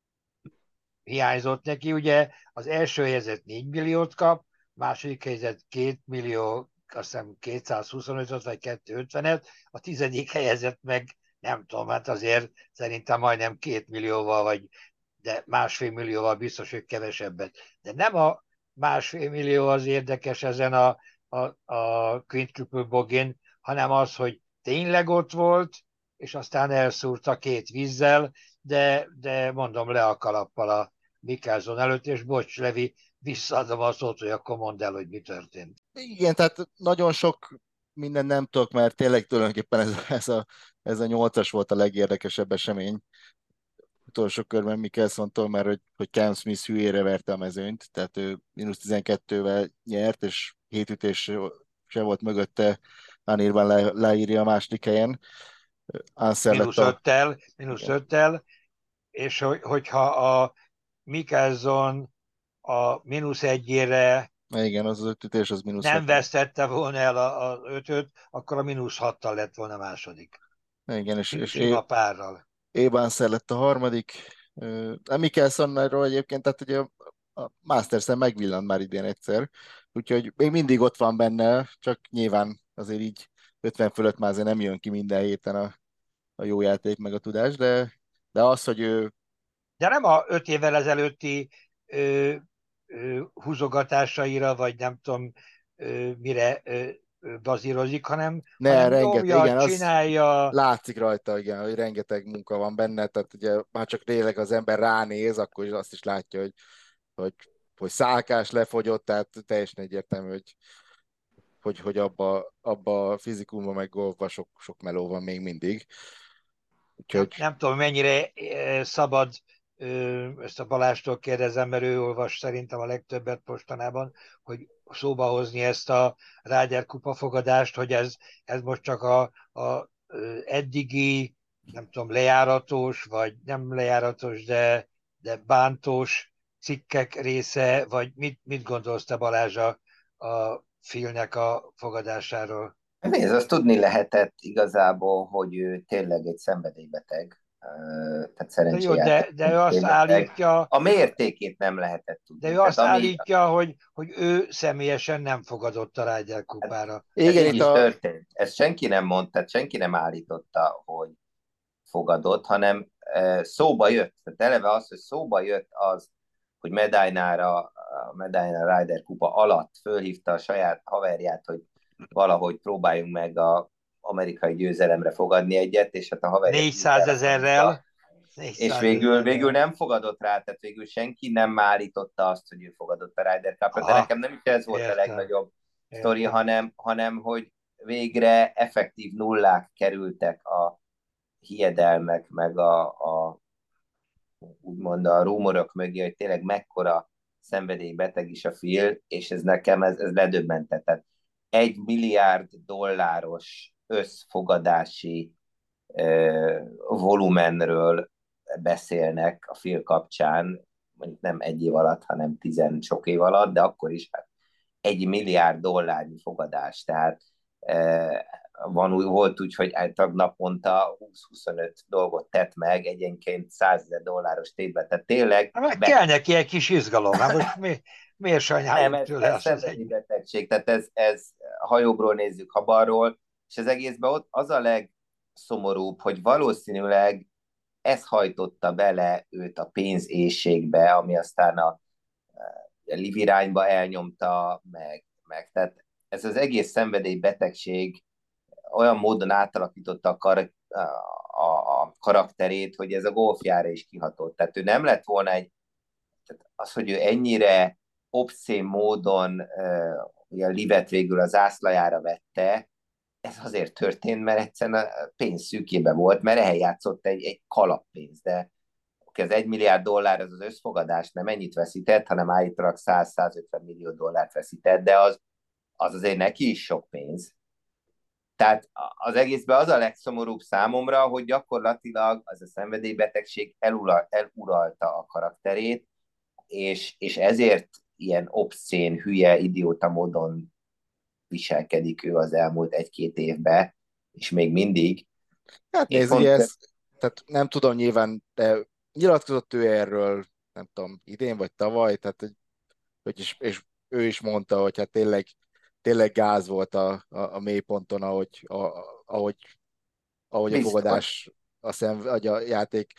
hiányzott neki. Ugye az első helyzet 4 milliót kap, második helyzet 2 millió, azt hiszem 225 vagy 250-et, a tizedik helyezett meg nem tudom, hát azért szerintem majdnem 2 millióval, vagy de másfél millióval biztos, hogy kevesebbet. De nem a másfél millió az érdekes ezen a Quintuple Bogin, hanem az, hogy tényleg ott volt, és aztán elszúrta két vízzel, de mondom le a kalappal a Mikkelson előtt, és bocs, Levi, visszaadom a szót, hogy akkor mondd el, hogy mi történt.
Igen, tehát nagyon sok minden nem tudok, mert tényleg tulajdonképpen ez a 8-as volt a legérdekesebb esemény utolsó körben Mickelsontól, mert hogy Cam Smith hülyére verte a mezőnyt, tehát ő -12-vel nyert, és 7 ütés se volt mögötte, Anirban leírja a második helyen. Ansel lett
Mínusz
a...
öttel, mínusz
Igen,
öttel, és hogyha a Mickelson a mínusz egyére
igen, az 5 ütés, az
nem
-6.
vesztette volna el az ötöt, akkor a mínusz hattal lett volna második.
Igen, és
Sima párral.
Ansel lett a harmadik. A Mickelsonról egyébként, tehát ugye a Masters-en megvillant már idén egyszer, úgyhogy még mindig ott van benne, csak nyilván azért így 50 fölött már azért nem jön ki minden héten a jó játék meg a tudás, de az, hogy ő
De nem a 5 évvel ezelőtti ö, húzogatásaira, vagy nem tudom mire bazírozik, hanem
rengeteg,
nyomja,
igen, az
csinálja.
látszik rajta, igen, hogy rengeteg munka van benne, tehát ugye már csak tényleg az ember ránéz, akkor is azt is látja, hogy, hogy szálkás lefogyott, tehát teljesen egyértelmű, hogy abba a fizikumban meg golfban sok, sok meló van még mindig. Úgyhogy
Nem tudom, mennyire szabad, ezt a Balástól kérdezem, mert ő olvas szerintem a legtöbbet mostanában, hogy szóba hozni ezt a Ryder Kupa fogadást, hogy ez most csak a eddigi, nem tudom, lejáratos, vagy nem lejáratos, de bántós cikkek része, vagy mit gondolsz te, Balázs, a Philnek a fogadásáról?
Nézd, azt tudni lehetett igazából, hogy ő tényleg egy szenvedélybeteg, tehát
De jó,
szerencséjáték
de ő azt
szenvedélybeteg.
állítja,
A mértékét nem lehetett
De
tudni.
ő
Tehát
azt
ami,
állítja, hogy ő személyesen nem fogadott a Ryder
hát
kupára.
ez
igen,
így
itt
is történt. Ezt senki nem mondta, tehát senki nem állította, hogy fogadott, hanem szóba jött. Tehát eleve az, hogy szóba jött az, hogy a Medina Ryder kupa alatt fölhívta a saját haverját, hogy valahogy próbáljunk meg a amerikai győzelemre fogadni egyet, és hát a haverja
400
tízzel
ezerrel,
és
400
végül
ezerrel.
nem fogadott rá, tehát végül senki nem állította azt, hogy ő fogadott a Ryder Cupra, de
Aha,
nekem nem is ez volt a
értem,
legnagyobb sztori,
értem.
hanem hogy végre effektív nullák kerültek a hiedelmek, meg a úgymond a rumorok mögé, hogy tényleg mekkora szenvedélybeteg is a Phil, és ez nekem ez ledöbbentett. Tehát 1 milliárd dolláros összfogadási volumenről beszélnek a Phil kapcsán, mondjuk nem egy év alatt, hanem 10 sok év alatt, de akkor is hát 1 milliárd dollárnyi fogadás, tehát volt úgy, hogy általában naponta 20-25 dolgot tett meg, egyenként 100 000 dolláros tétbe, tehát tényleg
Hát meg kell neki egy kis izgalom. Hát most miért
nem,
sajnáljuk tőle
ez
azt az egy...
szenvedélybetegség, tehát ez ha jobbról nézzük, ha balról, és az egészben ott az a legszomorúbb, hogy valószínűleg ez hajtotta bele őt a pénzéhségbe, ami aztán a Liv irányba elnyomta, tehát ez az egész szenvedélybetegség olyan módon átalakította a karakterét, hogy ez a golfjára is kihatott. Tehát ő nem lett volna tehát az, hogy ő ennyire obszén módon ugye Livet végül az zászlajára vette, ez azért történt, mert egyszerűen a pénz szűkében volt, mert eljátszott egy kalappénz, de az 1 milliárd dollár az összfogadás nem ennyit veszített, hanem állítólag 100-150 millió dollárt veszített, de az azért neki is sok pénz. Tehát az egészben az a legszomorúbb számomra, hogy gyakorlatilag az a szenvedélybetegség eluralta a karakterét, és ezért ilyen obszén, hülye, idióta módon viselkedik ő az elmúlt 1-2 évben, és még mindig.
Hát
És
nézd, ugye
pont
ez, tehát nem tudom nyilván, de nyilatkozott ő erről, nem tudom, idén vagy tavaly, tehát és ő is mondta, hogy hát tényleg gáz volt a mélyponton, ahogy, ahogy a
biztos.
fogadás, vagy a játék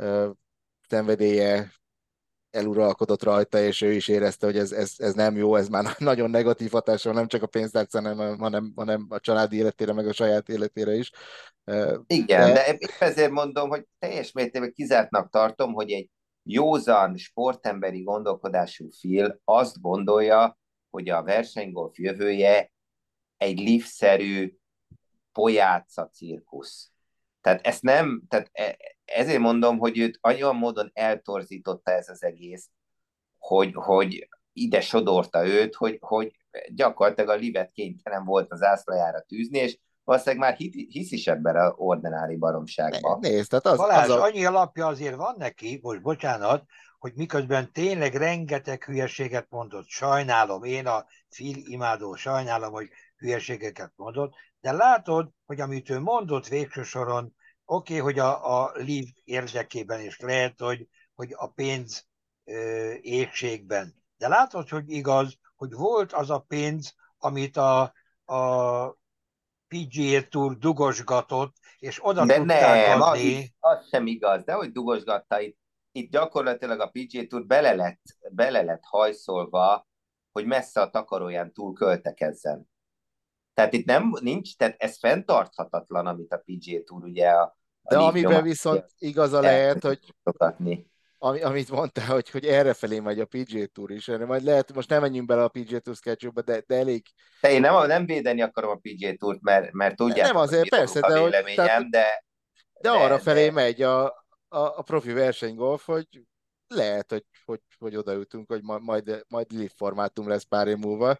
szenvedélye eluralkodott rajta, és ő is érezte, hogy ez nem jó, ez már nagyon negatív hatással nem csak a pénztárc, hanem a családi életére, meg a saját életére is.
Igen,
De
de épp ezért mondom, hogy teljes mértékben kizártnak tartom, hogy egy józan, sportemberi gondolkodású Phil azt gondolja, hogy a versenygolf jövője egy live-szerű pojáca cirkusz. Tehát ezt nem, tehát ezért mondom, hogy őt olyan módon eltorzította ez az egész, hogy ide sodorta őt, hogy gyakorlatilag a livet kénytelen volt az ászlajára tűzni, és valószínűleg már hisz is ebben a ordinári baromságban.
nézd, tehát az
Balázs,
a...
annyi alapja azért van neki, most bocsánat, hogy miközben tényleg rengeteg hülyeséget mondott, sajnálom, én a Phil imádó, sajnálom, hogy hülyeségeket mondott, de látod, hogy amit ő mondott végső soron, oké, hogy a Liv érdekében is lehet, hogy a pénz éhségben, de látod, hogy igaz, hogy volt az a pénz, amit a PGA Tour dugosgatott, és oda
De
tudták
nem,
adni.
az sem igaz, de hogy dugosgatta itt gyakorlatilag a PGA Tour bele lett hajszolva, hogy messze a takaróján túl költekezzen. Tehát itt nincs, tehát ez fenntarthatatlan, amit a PGA Tour ugye a
De
Liv
amiben
nyomán
viszont igaza lehet, hogy
elkövetni.
amit mondtál, hogy errefelé megy a PGA Tour is, erre majd lehet, most nem menjünk bele a PGA Tour schedule-ba, de elég.
De én nem védeni akarom a PGA Tourt, mert
Nem
tudjátok, hogy
azért,
mi
persze,
róluk a
de, hogy, tehát,
véleményem,
de arra felé
de
megy a profi versenygolf, hogy lehet, hogy oda jutunk, hogy majd live formátum lesz pár év múlva.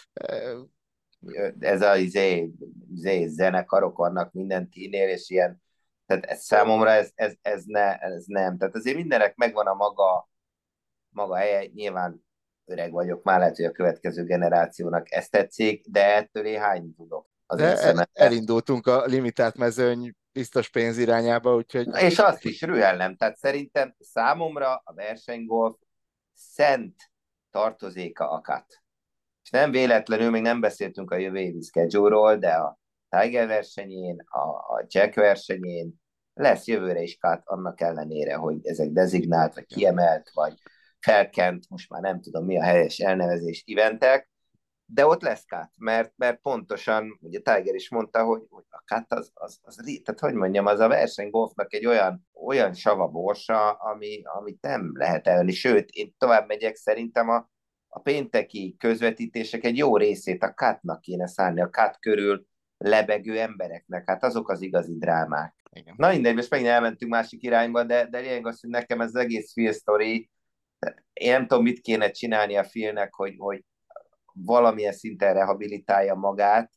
ez a zenekarok vannak minden tínél, és ilyen, tehát ez számomra ez nem. Tehát azért mindenek megvan a maga helye, nyilván öreg vagyok, már lehet, hogy a következő generációnak ezt tetszik, de ettől én hány tudok az én
De
szemembe.
elindultunk a limitált mezőny biztos pénz irányába, úgyhogy
És azt is rühellem, tehát szerintem számomra a versenygolf szent tartozéka a cut. És nem véletlenül, még nem beszéltünk a jövő évi schedule-ról, de a Tiger versenyén, a Jack versenyén lesz jövőre is cut, annak ellenére, hogy ezek designált, vagy kiemelt, vagy felkent, most már nem tudom mi a helyes elnevezés, eventek, de ott lesz cut, mert pontosan, ugye Tiger is mondta, hogy a cut tehát hogy mondjam, az a versenygolfnak egy olyan sava borsa, amit nem lehet elvenni. Sőt, én tovább megyek, szerintem a pénteki közvetítések egy jó részét a cut-nak kéne szállni, a cut körül lebegő embereknek. Hát azok az igazi drámák.
igen.
Na mindegy, most megint elmentünk másik irányba, de lényeg az, hogy nekem ez az egész Phil story, én nem tudom, mit kéne csinálni a Philnek, hogy valamilyen szinten rehabilitálja magát,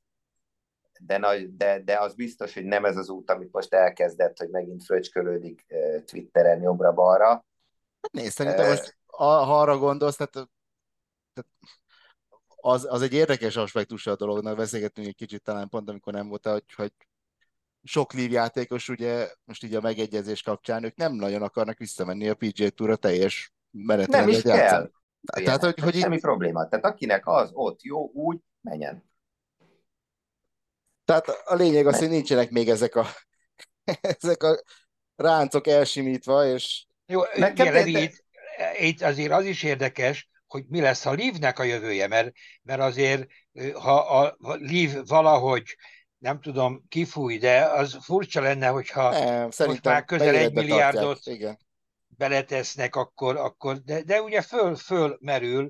de az biztos, hogy nem ez az út, amit most elkezdett, hogy megint fröcskölődik Twitteren jobbra-balra.
Hát nézd, szerintem most, ha arra gondolsz, tehát az egy érdekes aspektus a dolognak, beszélgettünk egy kicsit talán pont, amikor nem volt, hogy sok Live játékos ugye most így a megegyezés kapcsán, ők nem nagyon akarnak visszamenni a PGA Tour-ra teljes
Nem
menetrendet
is
játszani.
kell.
Tehát,
Tehát
hogy itt,
semmi probléma. Tehát akinek az ott jó, úgy menjen.
tehát a lényeg az, hogy nincsenek még ezek a ráncok elsimítva, és
Jó,
Nekem
ugye Levi,
de,
itt azért az is érdekes, hogy mi lesz a Livnek a jövője, mert azért, ha a Liv valahogy, nem tudom, kifúj, de az furcsa lenne, hogyha
nem,
most már
szerintem
közel egy
beéletbe tartják,
milliárdot
igen.
beletesznek, akkor de ugye fölmerül,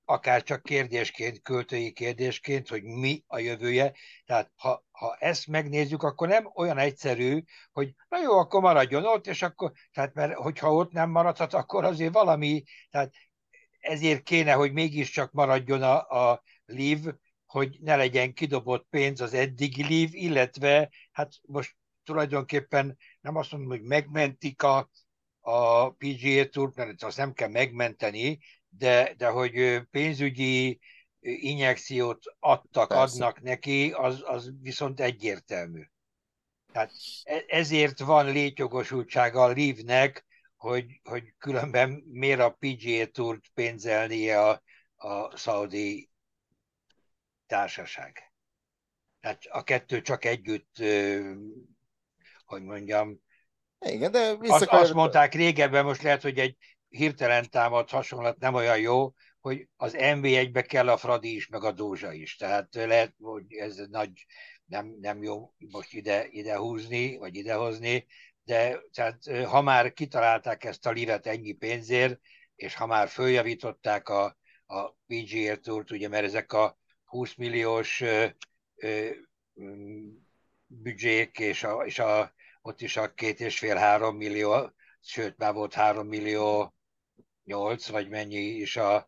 akár csak kérdésként, költői kérdésként, hogy mi a jövője. Tehát ha ezt megnézzük, akkor nem olyan egyszerű, hogy na jó, akkor maradjon ott, és akkor, tehát mert hogyha ott nem maradhat, akkor azért valami, tehát ezért kéne, hogy mégiscsak maradjon a Liv, hogy ne legyen kidobott pénz az eddigi Liv, illetve hát most tulajdonképpen nem azt mondom, hogy megmentik a PGA Tourt, mert azt nem kell megmenteni, de hogy pénzügyi injekciót
Persze.
adnak neki, az viszont egyértelmű. Tehát ezért van létjogosultsága a Livnek, hogy különben miért a PGA Tourt pénzelnie a szaudi társaság. Tehát a kettő csak együtt, hogy mondjam,
Igen, de
azt
visszakanyarodva.
mondták régebben, most lehet, hogy egy hirtelen támadt hasonlat nem olyan jó, hogy az NB1-be kell a Fradi is, meg a Dózsa is. Tehát lehet, hogy ez nagy, nem jó most ide húzni, vagy idehozni, de tehát, ha már kitalálták ezt a livet ennyi pénzért, és ha már följavították a PGA Tourt, ugye, mert ezek a 20 milliós ö, büdzsék, és ott is a 2,5-3 millió, sőt már volt 3 millió 8, vagy mennyi is a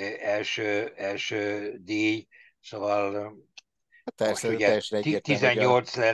első díj, szóval
Hát
most
persze,
ugye
teljesen egyértelmű, hogy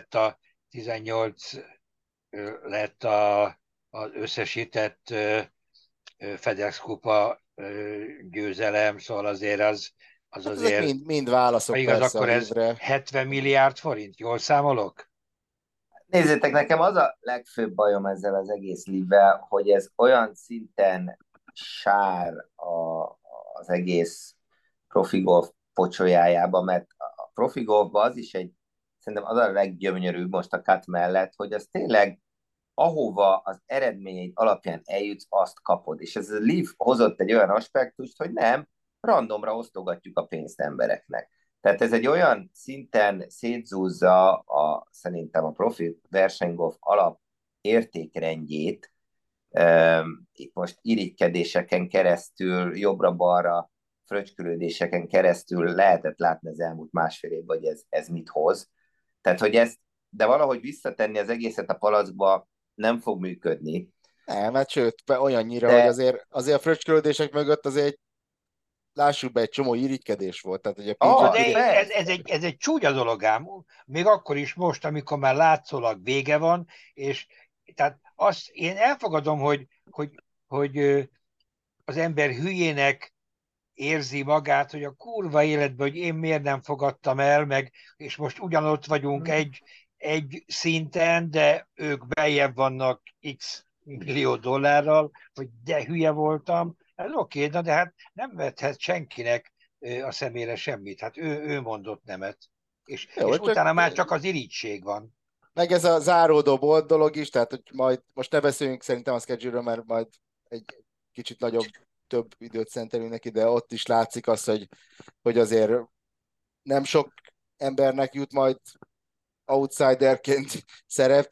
18 lett az összesített FedEx kupa győzelem, szóval azért az
hát ezek
azért,
mind
ha
válaszok
igaz,
persze a
akkor ez
Livre.
70 milliárd forint, jól számolok?
Nézzétek, nekem az a legfőbb bajom ezzel az egész live, hogy ez olyan szinten sár az egész profi golf pocsolyájába, mert a profi golfban az is szerintem az a leggyönyörűbb most a cut mellett, hogy az tényleg ahova az eredményeid alapján eljutsz, azt kapod. És ez a Leaf hozott egy olyan aspektust, hogy nem, randomra osztogatjuk a pénzt embereknek. Tehát ez egy olyan szinten szétzúzza szerintem a profi versenygolf alap értékrendjét, itt most irigykedéseken keresztül, jobbra-balra, fröcskülődéseken keresztül lehetett látni az elmúlt másfél évben, hogy ez mit hoz. Tehát, hogy de valahogy visszatenni az egészet a palackba nem fog működni.
Nem, hát sőt, olyannyira, hogy
De
azért a fröcskölődések mögött azért lássuk be, egy csomó irigykedés volt. Tehát, hogy a
Na,
PG,
de
persze.
ez egy csúnya dolog ám, még akkor is most, amikor már látszólag vége van, és tehát azt én elfogadom, hogy az ember hülyének érzi magát, hogy a kurva életben, hogy én miért nem fogadtam el, meg, és most ugyanott vagyunk egy szinten, de ők beljebb vannak x millió dollárral, hogy de hülye voltam. Ez oké, na de hát nem vethet senkinek a szemére semmit. Hát ő mondott nemet. És
jó, csak
utána már csak az irigység van.
meg ez a záródó bolt dolog is, tehát hogy majd most ne beszéljünk szerintem a schedule mert majd egy kicsit több időt szentelünk neki, de ott is látszik az, hogy azért nem sok embernek jut majd outsiderként szerep,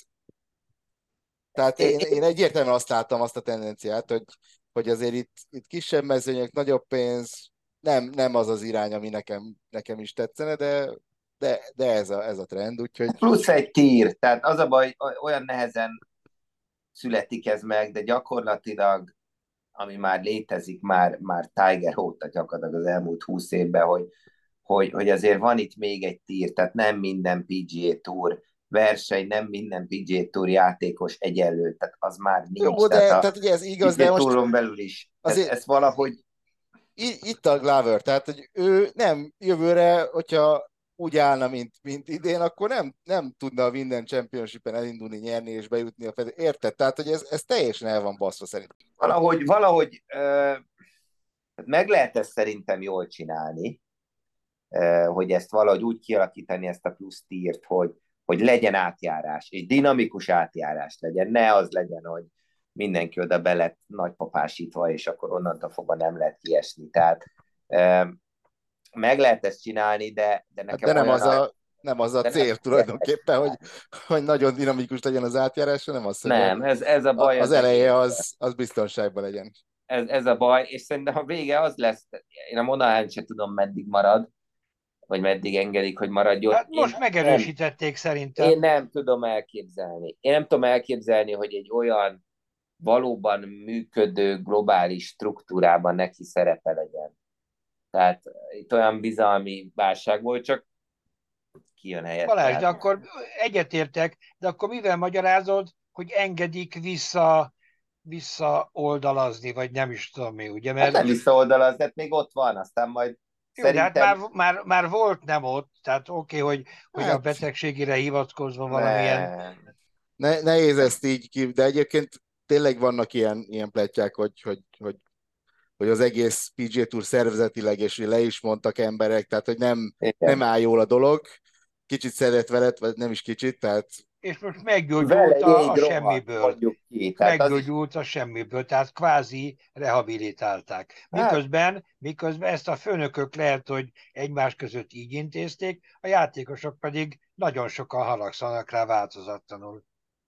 tehát én egyértelműen azt láttam, azt a tendenciát, hogy azért itt kisebb mezőnyök, nagyobb pénz, nem az az irány, ami nekem is tetszene, de ez a trend, úgyhogy
Plusz egy tír, tehát az a baj, olyan nehezen születik ez meg, de gyakorlatilag, ami már létezik, már Tiger óta gyakorlatilag az elmúlt 20 évben, hogy azért van itt még egy tír, tehát nem minden PGA Tour verseny, nem minden PGA Tour játékos egyenlő, tehát az már nincs.
jó,
Tehát a
tehát ugye ez igaz, de
PGA
most
Touron belül is.
azért
Ez valahogy
itt a Glover, tehát hogy ő nem jövőre, hogyha úgy állna, mint idén, akkor nem tudna a Minden Championship-en elindulni, nyerni és bejutni a fedő. Érted? Tehát, hogy ez teljesen el van baszva szerintem.
valahogy meg lehet ezt szerintem jól csinálni, hogy ezt valahogy úgy kialakítani, ezt a plusz tírt, hogy legyen átjárás, és dinamikus átjárás legyen. Ne az legyen, hogy mindenki oda be lett nagypapásítva, és akkor onnantól fogva nem lehet kiesni. Tehát meg lehet ezt csinálni, de
Hát
nekem
de
olyan
nem az a
de nem,
cél tulajdonképpen, hogy nagyon dinamikus legyen az átjárás, hanem az, hogy
nem, ez a baj
az
az
eleje
egész.
az biztonságban legyen.
ez a baj, és szerintem a vége az lesz, én a Monahan sem tudom, meddig marad, vagy meddig engedik, hogy maradjon.
Hát most megerősítették
Én
szerintem.
nem tudom elképzelni. Én nem tudom elképzelni, hogy egy olyan valóban működő globális struktúrában neki szerepe legyen. Tehát itt olyan bizalmi válság volt, csak kijön helyette.
Balázs, de
Hát,
akkor egyetértek, de akkor mivel magyarázod, hogy engedik visszaoldalazni, vagy nem is tudom mi, ugye,
hát
mert
nem visszaoldalaz, de még ott van, aztán majd
jó, de hát
szerintem
már volt nem ott, tehát oké, hogy a
Hát
betegségére hivatkozva valamilyen.
nem.
nehéz ezt így ki, de egyébként tényleg vannak ilyen pletyák, hogy az egész PGA Tour szervezetileg, és le is mondtak emberek, tehát hogy nem
Igen.
áll jól a dolog. Kicsit szedett veled, vagy nem is kicsit, tehát
És most
Vele
meggyógyult a
jég rohadt,
semmiből.
mondjuk ki. Tehát az is,
Meggyógyult a semmiből, tehát kvázi rehabilitálták.
hát,
Miközben ezt a főnökök lehet, hogy egymás között így intézték, a játékosok pedig nagyon sokan haragszanak rá változatlanul.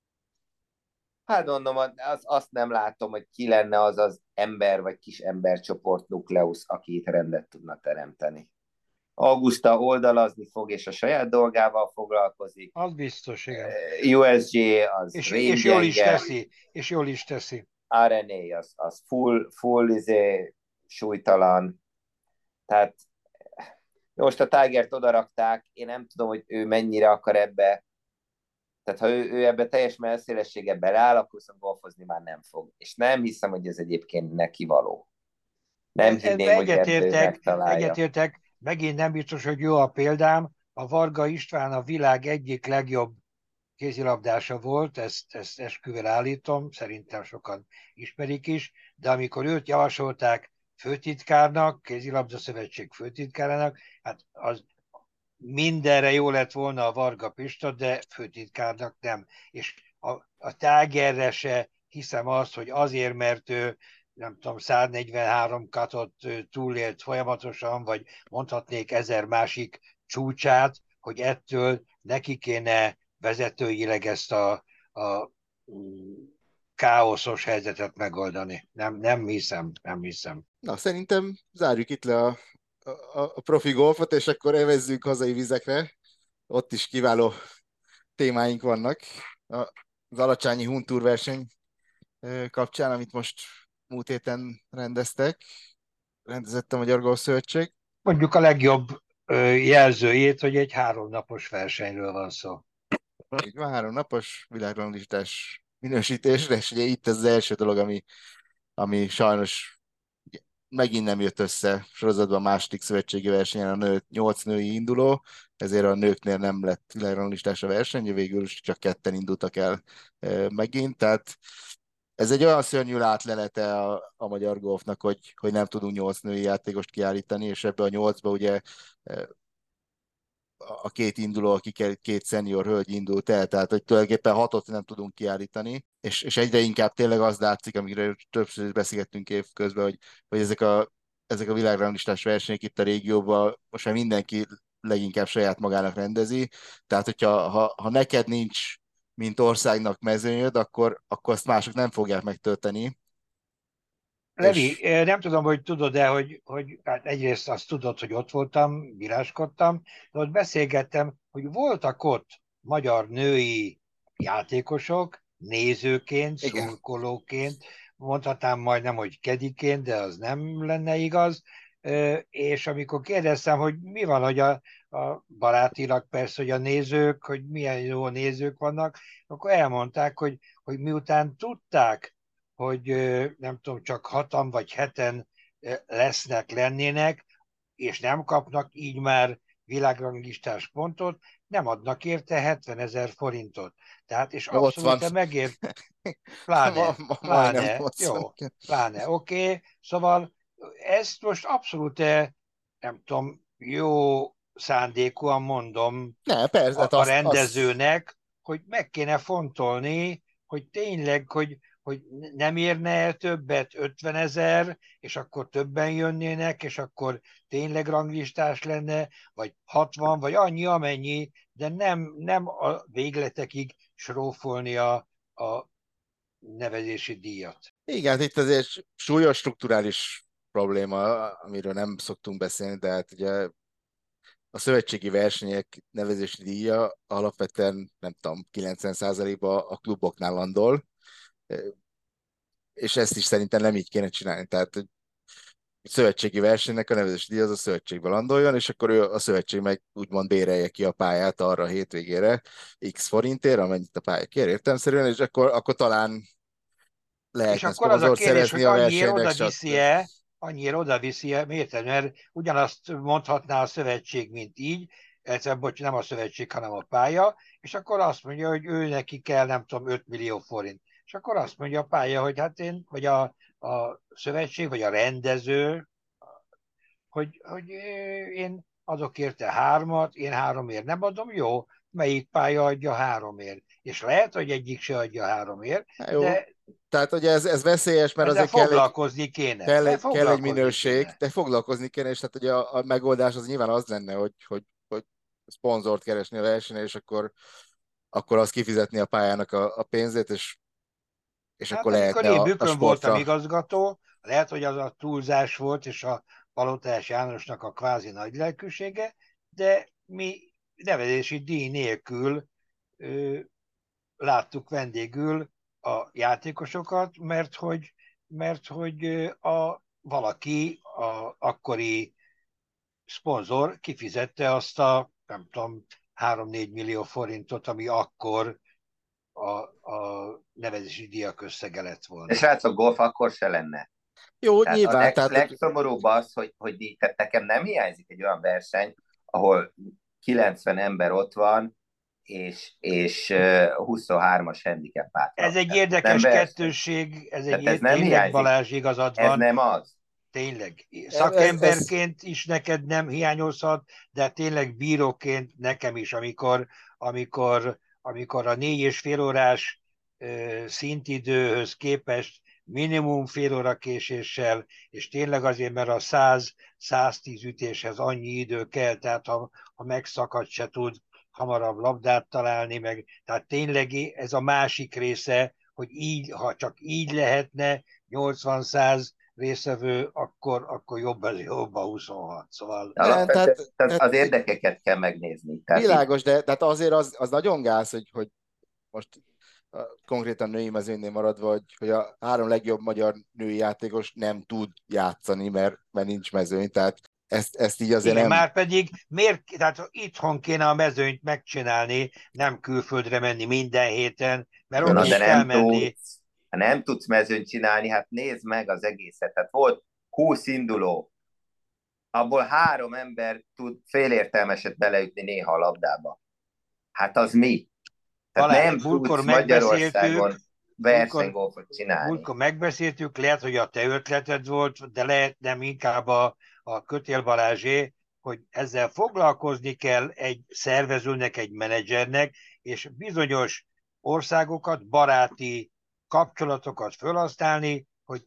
hát mondom, azt nem látom, hogy ki lenne az az ember vagy kis embercsoport nukleus, aki itt rendet tudna teremteni. Augusta oldalazni fog, és a saját dolgával foglalkozik.
Az biztos, igen.
USG az
És jól is
rémgyenge,
teszi, és jól is teszi.
RNA az full súlytalan. Tehát most a Tigert odarakták, én nem tudom, hogy ő mennyire akar ebbe, tehát ha ő ebbe teljes messzélességgel beleáll, akkor viszont golfozni már nem fog. És nem hiszem, hogy ez egyébként neki való. Nem
Ebbe
hinném, hogy ebbe ő megtalálja.
megint nem biztos, hogy jó a példám. A Varga István a világ egyik legjobb kézilabdása volt, ezt esküvel állítom, szerintem sokan ismerik is, de amikor őt javasolták főtitkárnak, kézilabda szövetség főtitkárának, hát az mindenre jó lett volna a Varga Pista, de főtitkárnak nem. És a Tigerre se hiszem azt, hogy azért, mert ő nem tudom, 143 katot túlélt folyamatosan, vagy mondhatnék 1000 másik csúcsát, hogy ettől neki kéne vezetőileg ezt a káoszos helyzetet megoldani. Nem hiszem, nem hiszem.
na, szerintem zárjuk itt le a profi golfot, és akkor evezzünk hazai vizekre. Ott is kiváló témáink vannak. Az Alacsányi Huntúr verseny kapcsán, amit most múlt héten rendezett a Magyar Golf Szövetség.
Mondjuk a legjobb jelzőjét, hogy egy 3 napos versenyről van szó.
Így van, 3 napos világranglistás minősítésre, és ugye itt ez az első dolog, ami sajnos ugye, megint nem jött össze sorozatban a második szövetségi versenyen a 8 női induló, ezért a nőknél nem lett világranglistás a verseny, végül is csak 2 indultak el megint, tehát ez egy olyan szörnyű átlelete a magyar golfnak, hogy nem tudunk 8 női játékost kiállítani, és ebbe a 8-ba ugye a 2 induló, aki 2 szenior hölgy indult el, tehát hogy tulajdonképpen 6-ot nem tudunk kiállítani, és egyre inkább tényleg az látszik, amikre többször is beszélgettünk évközben, hogy ezek a világranglistás versenyek itt a régióban most már mindenki leginkább saját magának rendezi, tehát ha neked nincs, mint országnak mezőnyöd, akkor azt mások nem fogják megtölteni,
Levi,
és
nem tudom, hogy tudod-e, hogy hát egyrészt azt tudod, hogy ott voltam, bíráskodtam, de ott beszélgettem, hogy voltak ott magyar női játékosok, nézőként,
igen,
szurkolóként, mondhatnám majdnem, hogy kediként, de az nem lenne igaz, és amikor kérdeztem, hogy mi van, hogy a barátilag persze, hogy a nézők, hogy milyen jó nézők vannak, akkor elmondták, hogy miután tudták, hogy nem tudom, csak 6-an vagy 7-en lennének, és nem kapnak így már világranglistás pontot, nem adnak érte 70 000 forintot. Tehát, és
ott van,
abszolút megért, pláne,
majdnem
pláne,
80.
jó, pláne, oké. Szóval ezt most abszolút, nem tudom, jó szándékúan mondom
Ne, persze, hát
a
azt
rendezőnek, hogy meg kéne fontolni, hogy tényleg, hogy nem érne el többet 50 000, és akkor többen jönnének, és akkor tényleg ranglistás lenne, vagy 60, vagy annyi, amennyi, de nem a végletekig srófolni a nevezési díjat.
Igen, itt azért súlyos strukturális probléma, amiről nem szoktunk beszélni, de hát ugye a szövetségi versenyek nevezési díja alapvetően, nem tudom, 90%-ban a kluboknál landol, és ezt is szerintem nem így kéne csinálni. Tehát egy szövetségi versenynek a nevezési díja az a szövetségbe landoljon, és akkor a szövetség meg úgymond bérelje ki a pályát arra a hétvégére X forintért, amennyit a pálya kér értelemszerűen, és akkor talán
És
lehetne
akkor az a
szponzort
kérdés,
szerezni
hogy
a
annyiért
versenynek, stb.
oda-viszi-e, miért? Mert ugyanazt mondhatná a szövetség, mint így, egyszer, bocs, nem a szövetség, hanem a pálya, és akkor azt mondja, hogy ő neki kell, nem tudom, 5 millió forint. És akkor azt mondja a pálya, hogy hát én, vagy a szövetség, vagy a rendező, hogy én adok érte 3-at, én 3-ért nem adom, jó, melyik pálya adja 3-ért. És lehet, hogy egyik se adja 3-ért,
Hát jó,
de
tehát ugye ez veszélyes, mert
de
azért kell egy,
foglalkozni kéne.
kell
De
egy, kell egy
foglalkozni
minőség,
kéne.
de foglalkozni kéne, és tehát ugye a megoldás az nyilván az lenne, hogy szponzort keresni a versenyre, és akkor az kifizetni a pályának a pénzét, és
Hát
akkor
amikor
lehetne
én
a
Bükön voltam
sportra.
igazgató, lehet, hogy az a túlzás volt, és a Palotás Jánosnak a kvázi nagy lelkűsége, de mi nevezési díj nélkül ö, láttuk vendégül a játékosokat, mert hogy valaki, akkori szponzor kifizette azt a, nem tudom, 3-4 millió forintot, ami akkor a nevezési díjak összege lett
És
volna.
srácok, golf akkor se lenne.
Jó,
Tehát a
nyilván, tehát
legszomorúbb az, hogy tehát nekem nem hiányzik egy olyan verseny, ahol 90 ember ott van, és 23-as handicap
Ez
hátra.
egy
Nem
érdekes
verseny.
kettősség,
Tehát ez nem
tényleg
hiányzik.
Balázs igazad
Ez
van,
nem az.
tényleg.
ez
Szakemberként is neked nem hiányozhat, de tényleg bíróként nekem is, amikor a 4,5 órás szintidőhöz képest minimum fél óra késéssel, és tényleg azért, mert a 100-110 ütéshez annyi idő kell, tehát ha megszakad, se tud hamarabb labdát találni, meg tehát tényleg ez a másik része, hogy így, ha csak így lehetne 80-100 részevő, akkor jobb a 26. Szóval
De
nem,
alapvetően tehát
tehát
az érdekeket kell megnézni. Tehát itt
világos, de tehát azért az nagyon gáz, hogy most konkrétan női mezőnynél maradva, hogy a 3 legjobb magyar női játékos nem tud játszani, mert nincs mezőny, tehát ezt így azért
igen,
nem.
már pedig miért, tehát itthon kéne a mezőnyt megcsinálni, nem külföldre menni minden héten, mert
jó,
oda
na, de
is kell menni.
nem tudsz mezőnyt csinálni, hát nézd meg az egészet. Tehát volt 20 induló, abból 3 ember tud félértelmeset beleütni néha a labdába. Hát az mi? Tehát
Balázs,
nem tudsz Magyarországon
múltkor,
versenygolfot csinálni.
múltkor megbeszéltük, lehet, hogy a te ötleted volt, de lehet nem inkább a Kötél Balázsé, hogy ezzel foglalkozni kell egy szervezőnek, egy menedzsernek, és bizonyos országokat, baráti kapcsolatokat felhasználni, hogy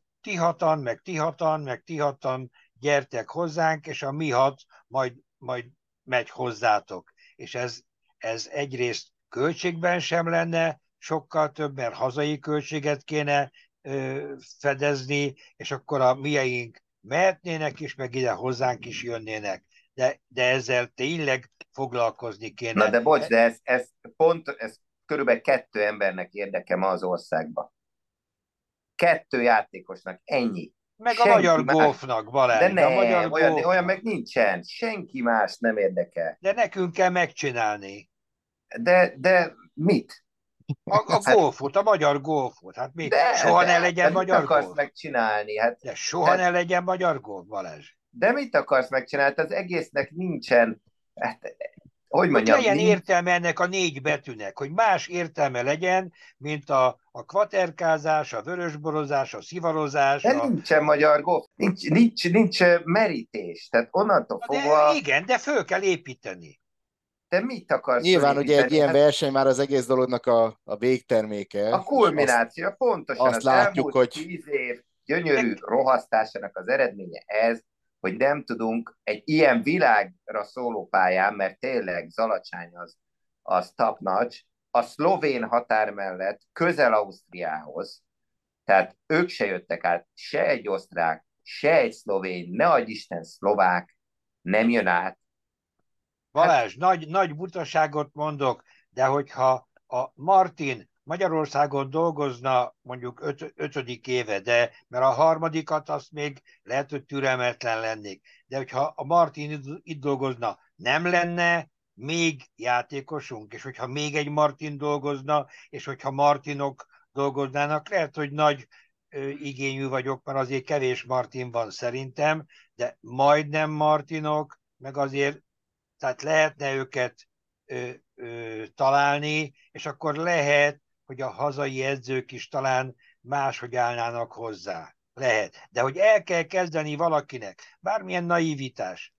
ti hatan gyertek hozzánk, és a mi 6 majd megy hozzátok. És ez egyrészt költségben sem lenne sokkal több, mert hazai költséget kéne fedezni, és akkor a mieink mehetnének is, meg ide hozzánk is jönnének. De ezzel tényleg foglalkozni
Na
kéne.
de bocs, de ez körülbelül 2 embernek érdeke ma az országban. 2 játékosnak, ennyi.
Meg a
Senki
magyar
más.
golfnak,
De
Balázs, de a
nem,
magyar
olyan meg
golfnak.
nincsen. Senki más nem érdekel.
De nekünk kell megcsinálni.
De mit?
A
Hát
golfot, a magyar golfot. Hát mi soha ne
de
legyen
mit
magyar
akarsz
golf?
megcsinálni? Hát,
De soha
tehát,
ne legyen magyar golf, Balázs.
de mit akarsz megcsinálni? Hát az egésznek nincsen, hát, hogy
Hogy
mondjam,
legyen
nincs,
értelme ennek a 4 betűnek, hogy más értelme legyen, mint a kvaterkázás, a vörösborozás, a szivarozás.
de nincsen magyar golf, nincs merítés. Tehát onnantól
De
fogva,
igen, de föl kell építeni.
te mit akarsz
Nyilván ugye egy
felépíteni?
ilyen
Hát
verseny már az egész dolognak a végterméke,
a
és azt,
kulmináció, pontosan
azt
az
látjuk,
elmúlt
hogy
10 év
De,
gyönyörű rohasztásának az eredménye ez, hogy nem tudunk egy ilyen világra szóló pályán, mert tényleg Zalacsány az top notch, a szlovén határ mellett, közel Ausztriához, Tehát ők se jöttek át, se egy osztrák, se egy szlovén, ne adj Isten szlovák nem jön át. Hát
Balázs, nagy butaságot mondok, de hogyha a Martin Magyarországon dolgozna mondjuk ötödik éve, de mert a harmadikat azt még lehet, hogy türelmetlen lennék. De hogyha a Martin itt dolgozna, nem lenne még játékosunk, és hogyha még egy Martin dolgozna, és hogyha Martinok dolgoznának, lehet, hogy nagy igényű vagyok, mert azért kevés Martin van szerintem, de majdnem Martinok, meg azért tehát lehetne őket találni, és akkor lehet, hogy a hazai edzők is talán máshogy állnának hozzá. Lehet. De hogy el kell kezdeni valakinek, bármilyen naivitás,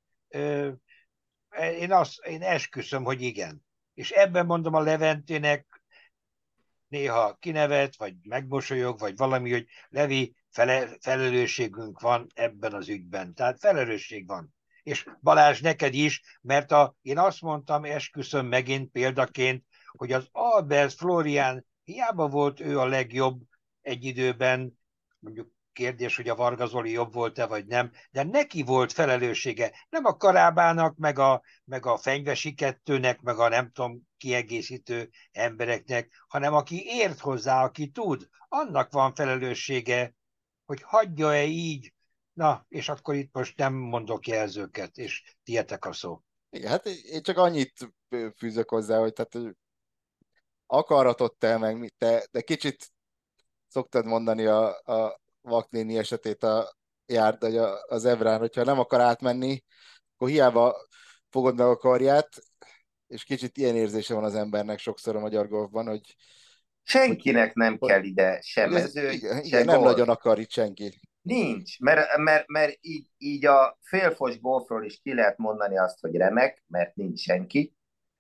én esküszöm, hogy igen. És ebben mondom a Leventének néha kinevet, vagy megmosolyog, vagy valami, hogy Levi, felelősségünk van ebben az ügyben. Tehát felelősség van. És Balázs, neked is, mert én azt mondtam, esküszöm megint példaként, hogy az Albert Florian hiába volt ő a legjobb egy időben, mondjuk kérdés, hogy a Varga Zoli jobb volt-e, vagy nem, de neki volt felelőssége. Nem a Karábának, meg a Fenyvesi kettőnek, meg a nem tudom, kiegészítő embereknek, hanem aki ért hozzá, aki tud, annak van felelőssége, hogy hagyja-e így. Na, és akkor itt most nem mondok jelzőket, és tietek a szó.
Igen, hát én csak annyit fűzök hozzá, hogy tehát hogy akaratot te meg mit, de kicsit szoktad mondani a Vaknéni esetét a Járd, hogy az Evrán, hogyha nem akar átmenni, akkor hiába fogod meg a karját, és kicsit ilyen érzése van az embernek sokszor a magyar golfban, hogy,
senkinek nem
hogy,
kell ide se
hogy ez,
mezőny, se
igen, nem
golf.
nagyon akar itt senki.
Nincs, mert így a félfos golfról is ki lehet mondani azt, hogy remek, mert nincs senki,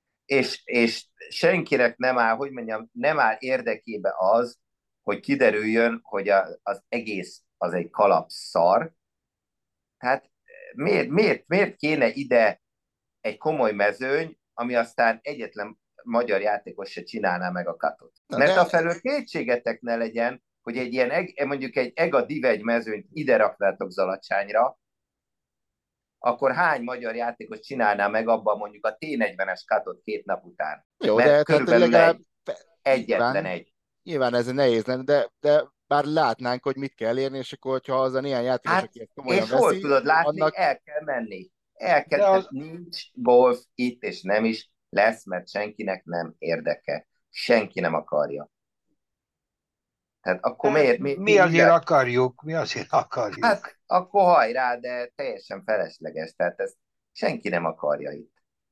és senkinek nem áll, hogy mondjam, nem áll érdekébe az, hogy kiderüljön, hogy az egész az egy kalap szar. Tehát miért kéne ide egy komoly mezőny, ami aztán egyetlen magyar játékos se csinálná meg a katot.
Na
Mert
de
afelől kétségetek ne legyen, hogy egy ilyen, mondjuk egy Ega Divegy mezőnyt ide raknátok Zalacsányra, akkor hány magyar játékos csinálná meg abban mondjuk a T40-es katot 2 nap után?
jó,
Mert
de tehát
körülbelül
legalább
egyetlen
nyilván,
egy.
nyilván ez nehéz lenne, de bár látnánk, hogy mit kell érni, és akkor, hogyha az a néhány játékos,
Hát,
aki ezt komolyan
és hol
veszi,
tudod látni,
annak
el kell menni. El
De
kell,
az,
tehát nincs golf itt, és nem is lesz, mert senkinek nem érdeke. Senki nem akarja. Tehát akkor
mi azért akarjuk, mi azért akarjuk.
Hát akkor hajrá, de teljesen felesleges. Tehát ezt senki nem akarja itt.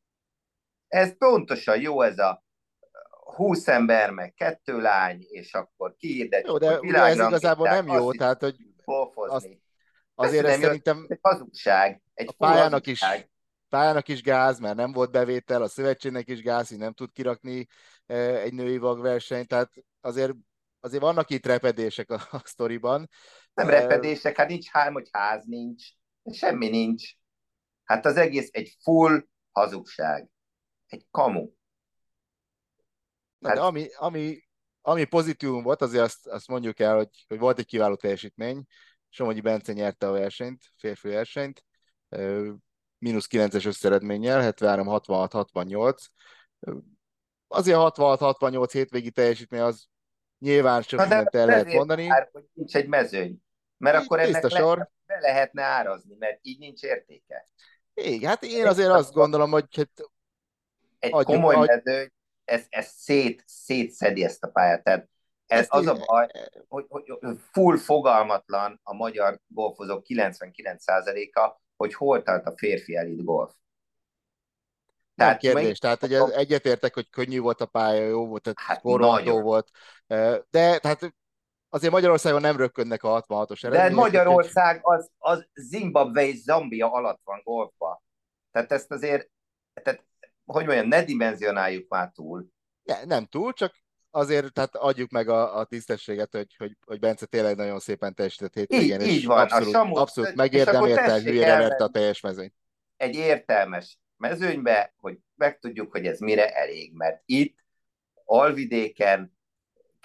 Ez pontosan jó, ez a 20 ember, meg 2 lány, és akkor
jó,
kihirdetjük, hogy
de ugye ez igazából
világranglisták,
nem jó,
azt
tehát
hiszem,
hogy
hogy
azt,
golfozni. Persze
azért ez
nem jó, ez
szerintem
egy hazugság,
a
egy full
pályának is,
hazugság.
pályának is gáz, mert nem volt bevétel, a szövetségnek is gáz, hogy nem tud kirakni egy női vagversenyt, tehát azért vannak itt repedések a sztoriban.
Nem repedések, hát nincs hogy ház nincs, semmi nincs. Hát az egész egy full hazugság. Egy kamu.
Na de
Hát
ami pozitívum volt, azért azt mondjuk el, hogy volt egy kiváló teljesítmény. Somogyi Bence nyerte a versenyt, férfi versenyt, -9-es összeredménnyel, 73-66-68. Azért a 66-68 hétvégi teljesítmény az nyilván sok
na de
mindent el lehet
ezért
mondani.
kár, hogy nincs egy mezőny. Mert akkor
Tiszta
ennek
sor.
be lehetne árazni, mert így nincs értéke.
Igen, hát én azért azt gondolom, hogy hát
Egy
adjuk,
komoly mezőny, ez szétszedi ezt a pályát. Tehát
ezt
az a baj, hogy full fogalmatlan a magyar golfozók 99%-a, hogy hol tart a férfi elit golf.
nem
Tehát
kérdés, tehát hogy egyetértek, hogy könnyű volt a pálya, jó volt, tehát
hát
korrontó
nagyon.
volt, de tehát azért Magyarországon nem rökkönnek a 66-os
De
eredmények, úgyhogy
Magyarország az Zimbabwe és Zambia alatt van golfba. Tehát ezt azért, tehát, hogy mondjam, ne dimenzionáljuk már túl.
nem túl, csak azért tehát adjuk meg a tisztességet, hogy Bence tényleg nagyon szépen teljesített hétvégén,
Így
és
van, a
abszolút
és akkor
megérdemelte,
tessék
hülyére verte a
elmenni
teljes mezőnyt.
egy értelmes mezőnybe, hogy megtudjuk, hogy ez mire elég, mert itt Alvidéken 2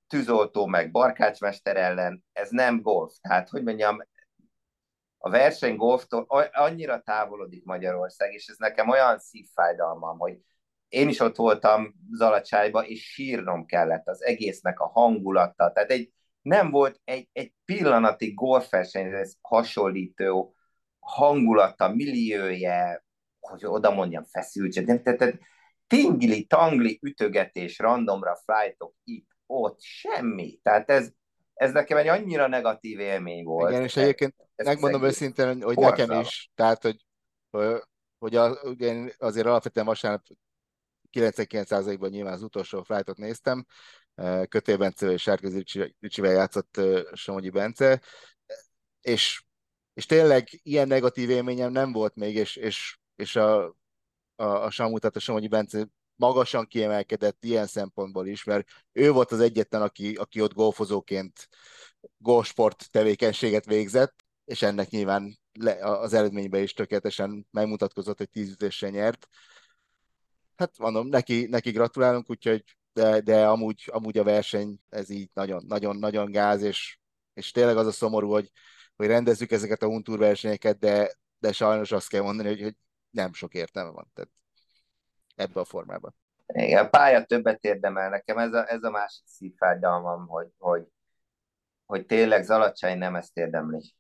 tűzoltó meg barkácsmester ellen, ez nem golf. Tehát, hogy mondjam, a verseny golftól annyira távolodik Magyarország, és ez nekem olyan szívfájdalmam, hogy én is ott voltam Zalacsájba, és sírnom kellett az egésznek a hangulata. Tehát nem volt egy pillanatig golfversenyhez hasonlító hangulata, milliója, hogy oda mondjam, feszültség. Tehát tingli-tangli ütögetés, randomra flightok itt, ott, semmi. Tehát ez nekem egy annyira negatív élmény
Igen,
volt.
és egyébként
Ez az
megmondom
egész.
őszintén, hogy nekem
Borzalmas.
is, tehát, hogy ugye én azért alapvetően vasárnap 99%-ban nyilván az utolsó flightot néztem, Kötél Bence és Sárközi Ricsivel játszott Somogyi Bence, és, és tényleg ilyen negatív élményem nem volt még, és a Samu, tehát a Somogyi Bence magasan kiemelkedett ilyen szempontból is, mert ő volt az egyetlen, aki ott golfozóként golfsport tevékenységet végzett, és ennek nyilván az eredményben is tökéletesen megmutatkozott, hogy 10 ütéssel nyert. Hát mondom, neki gratulálunk, úgyhogy de amúgy a verseny ez így nagyon gáz, és tényleg az a szomorú, hogy rendezzük ezeket a Huntúr versenyeket, de sajnos azt kell mondani, hogy nem sok értelme van tehát ebbe a formában.
Igen, a pálya többet érdemel nekem, ez a másik szívfájdalmam, hogy tényleg Zalacsany nem ezt érdemli.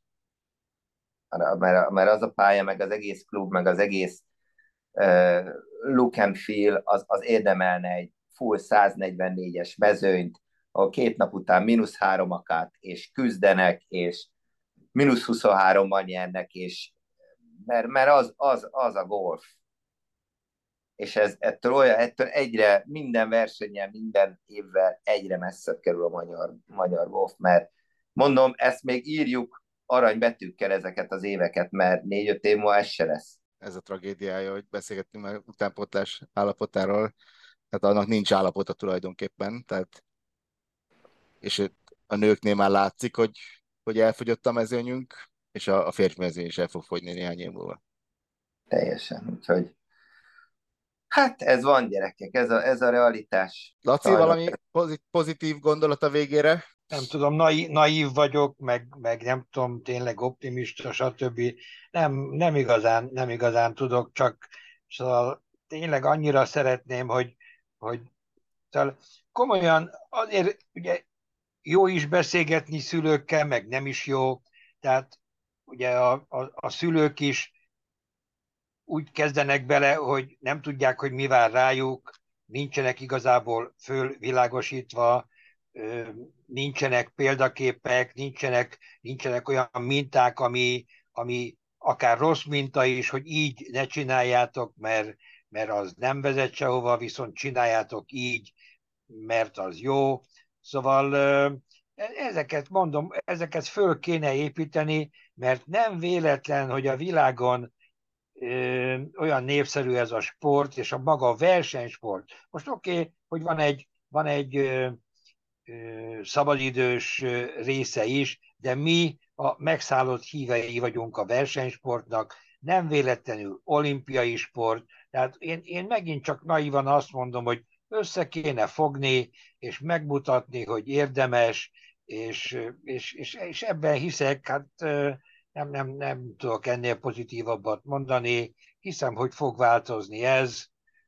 Mert az a pálya, meg az egész klub, meg az egész look and feel, az érdemelne egy full 144-es mezőnyt, ahol 2 nap után -3-akat, és küzdenek, és -23-mal nyernek, és mert az a golf. És ettől egyre, minden versenyen, minden évvel egyre messzebb kerül a magyar golf, mert mondom, ezt még írjuk aranybetűkkel ezeket az éveket, mert 4-5 év múlva ez se lesz.
Ez a tragédiája, hogy beszélgettünk már utánpótlás állapotáról, tehát annak nincs állapota tulajdonképpen, tehát és a nőknél már látszik, hogy elfogyott a mezőnyünk, és a férfi mezőny is el fog fogyni néhány év múlva.
Teljesen, úgyhogy hát ez van, gyerekek, ez a realitás.
Laci,
Sajnos.
valami pozitív gondolat a végére?
Nem tudom, naív vagyok, meg nem tudom, tényleg optimista, stb. Nem igazán tudok, csak szóval tényleg annyira szeretném, hogy szóval komolyan azért ugye jó is beszélgetni szülőkkel, meg nem is jó, tehát ugye a szülők is úgy kezdenek bele, hogy nem tudják, hogy mi vár rájuk, nincsenek igazából fölvilágosítva, nincsenek példaképek, nincsenek olyan minták, ami akár rossz minta is, hogy így ne csináljátok, mert az nem vezet sehova, viszont csináljátok így, mert az jó. Szóval ezeket mondom, ezeket föl kéne építeni, mert nem véletlen, hogy a világon olyan népszerű ez a sport, és a maga versenysport. Most oké, hogy van egy szabadidős része is, de mi a megszállott hívei vagyunk a versenysportnak, nem véletlenül olimpiai sport, tehát én megint csak naívan azt mondom, hogy össze kéne fogni, és megmutatni, hogy érdemes, és ebben hiszek, hát nem tudok ennél pozitívabbat mondani, hiszem, hogy fog változni ez,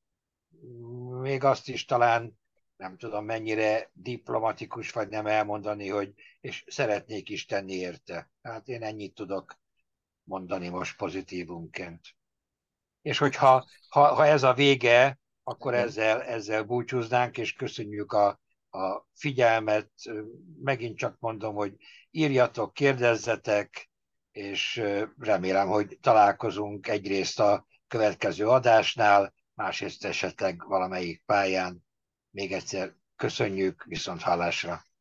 még azt is talán nem tudom mennyire diplomatikus vagy nem elmondani, hogy és szeretnék is tenni érte. Hát én ennyit tudok mondani most pozitívunként. És hogyha ez a vége, akkor
Igen.
ezzel búcsúznánk, és köszönjük a figyelmet. Megint csak mondom, hogy írjatok, kérdezzetek, és remélem, hogy találkozunk egyrészt a következő adásnál, másrészt esetleg valamelyik pályán. Még egyszer köszönjük, viszont hallásra!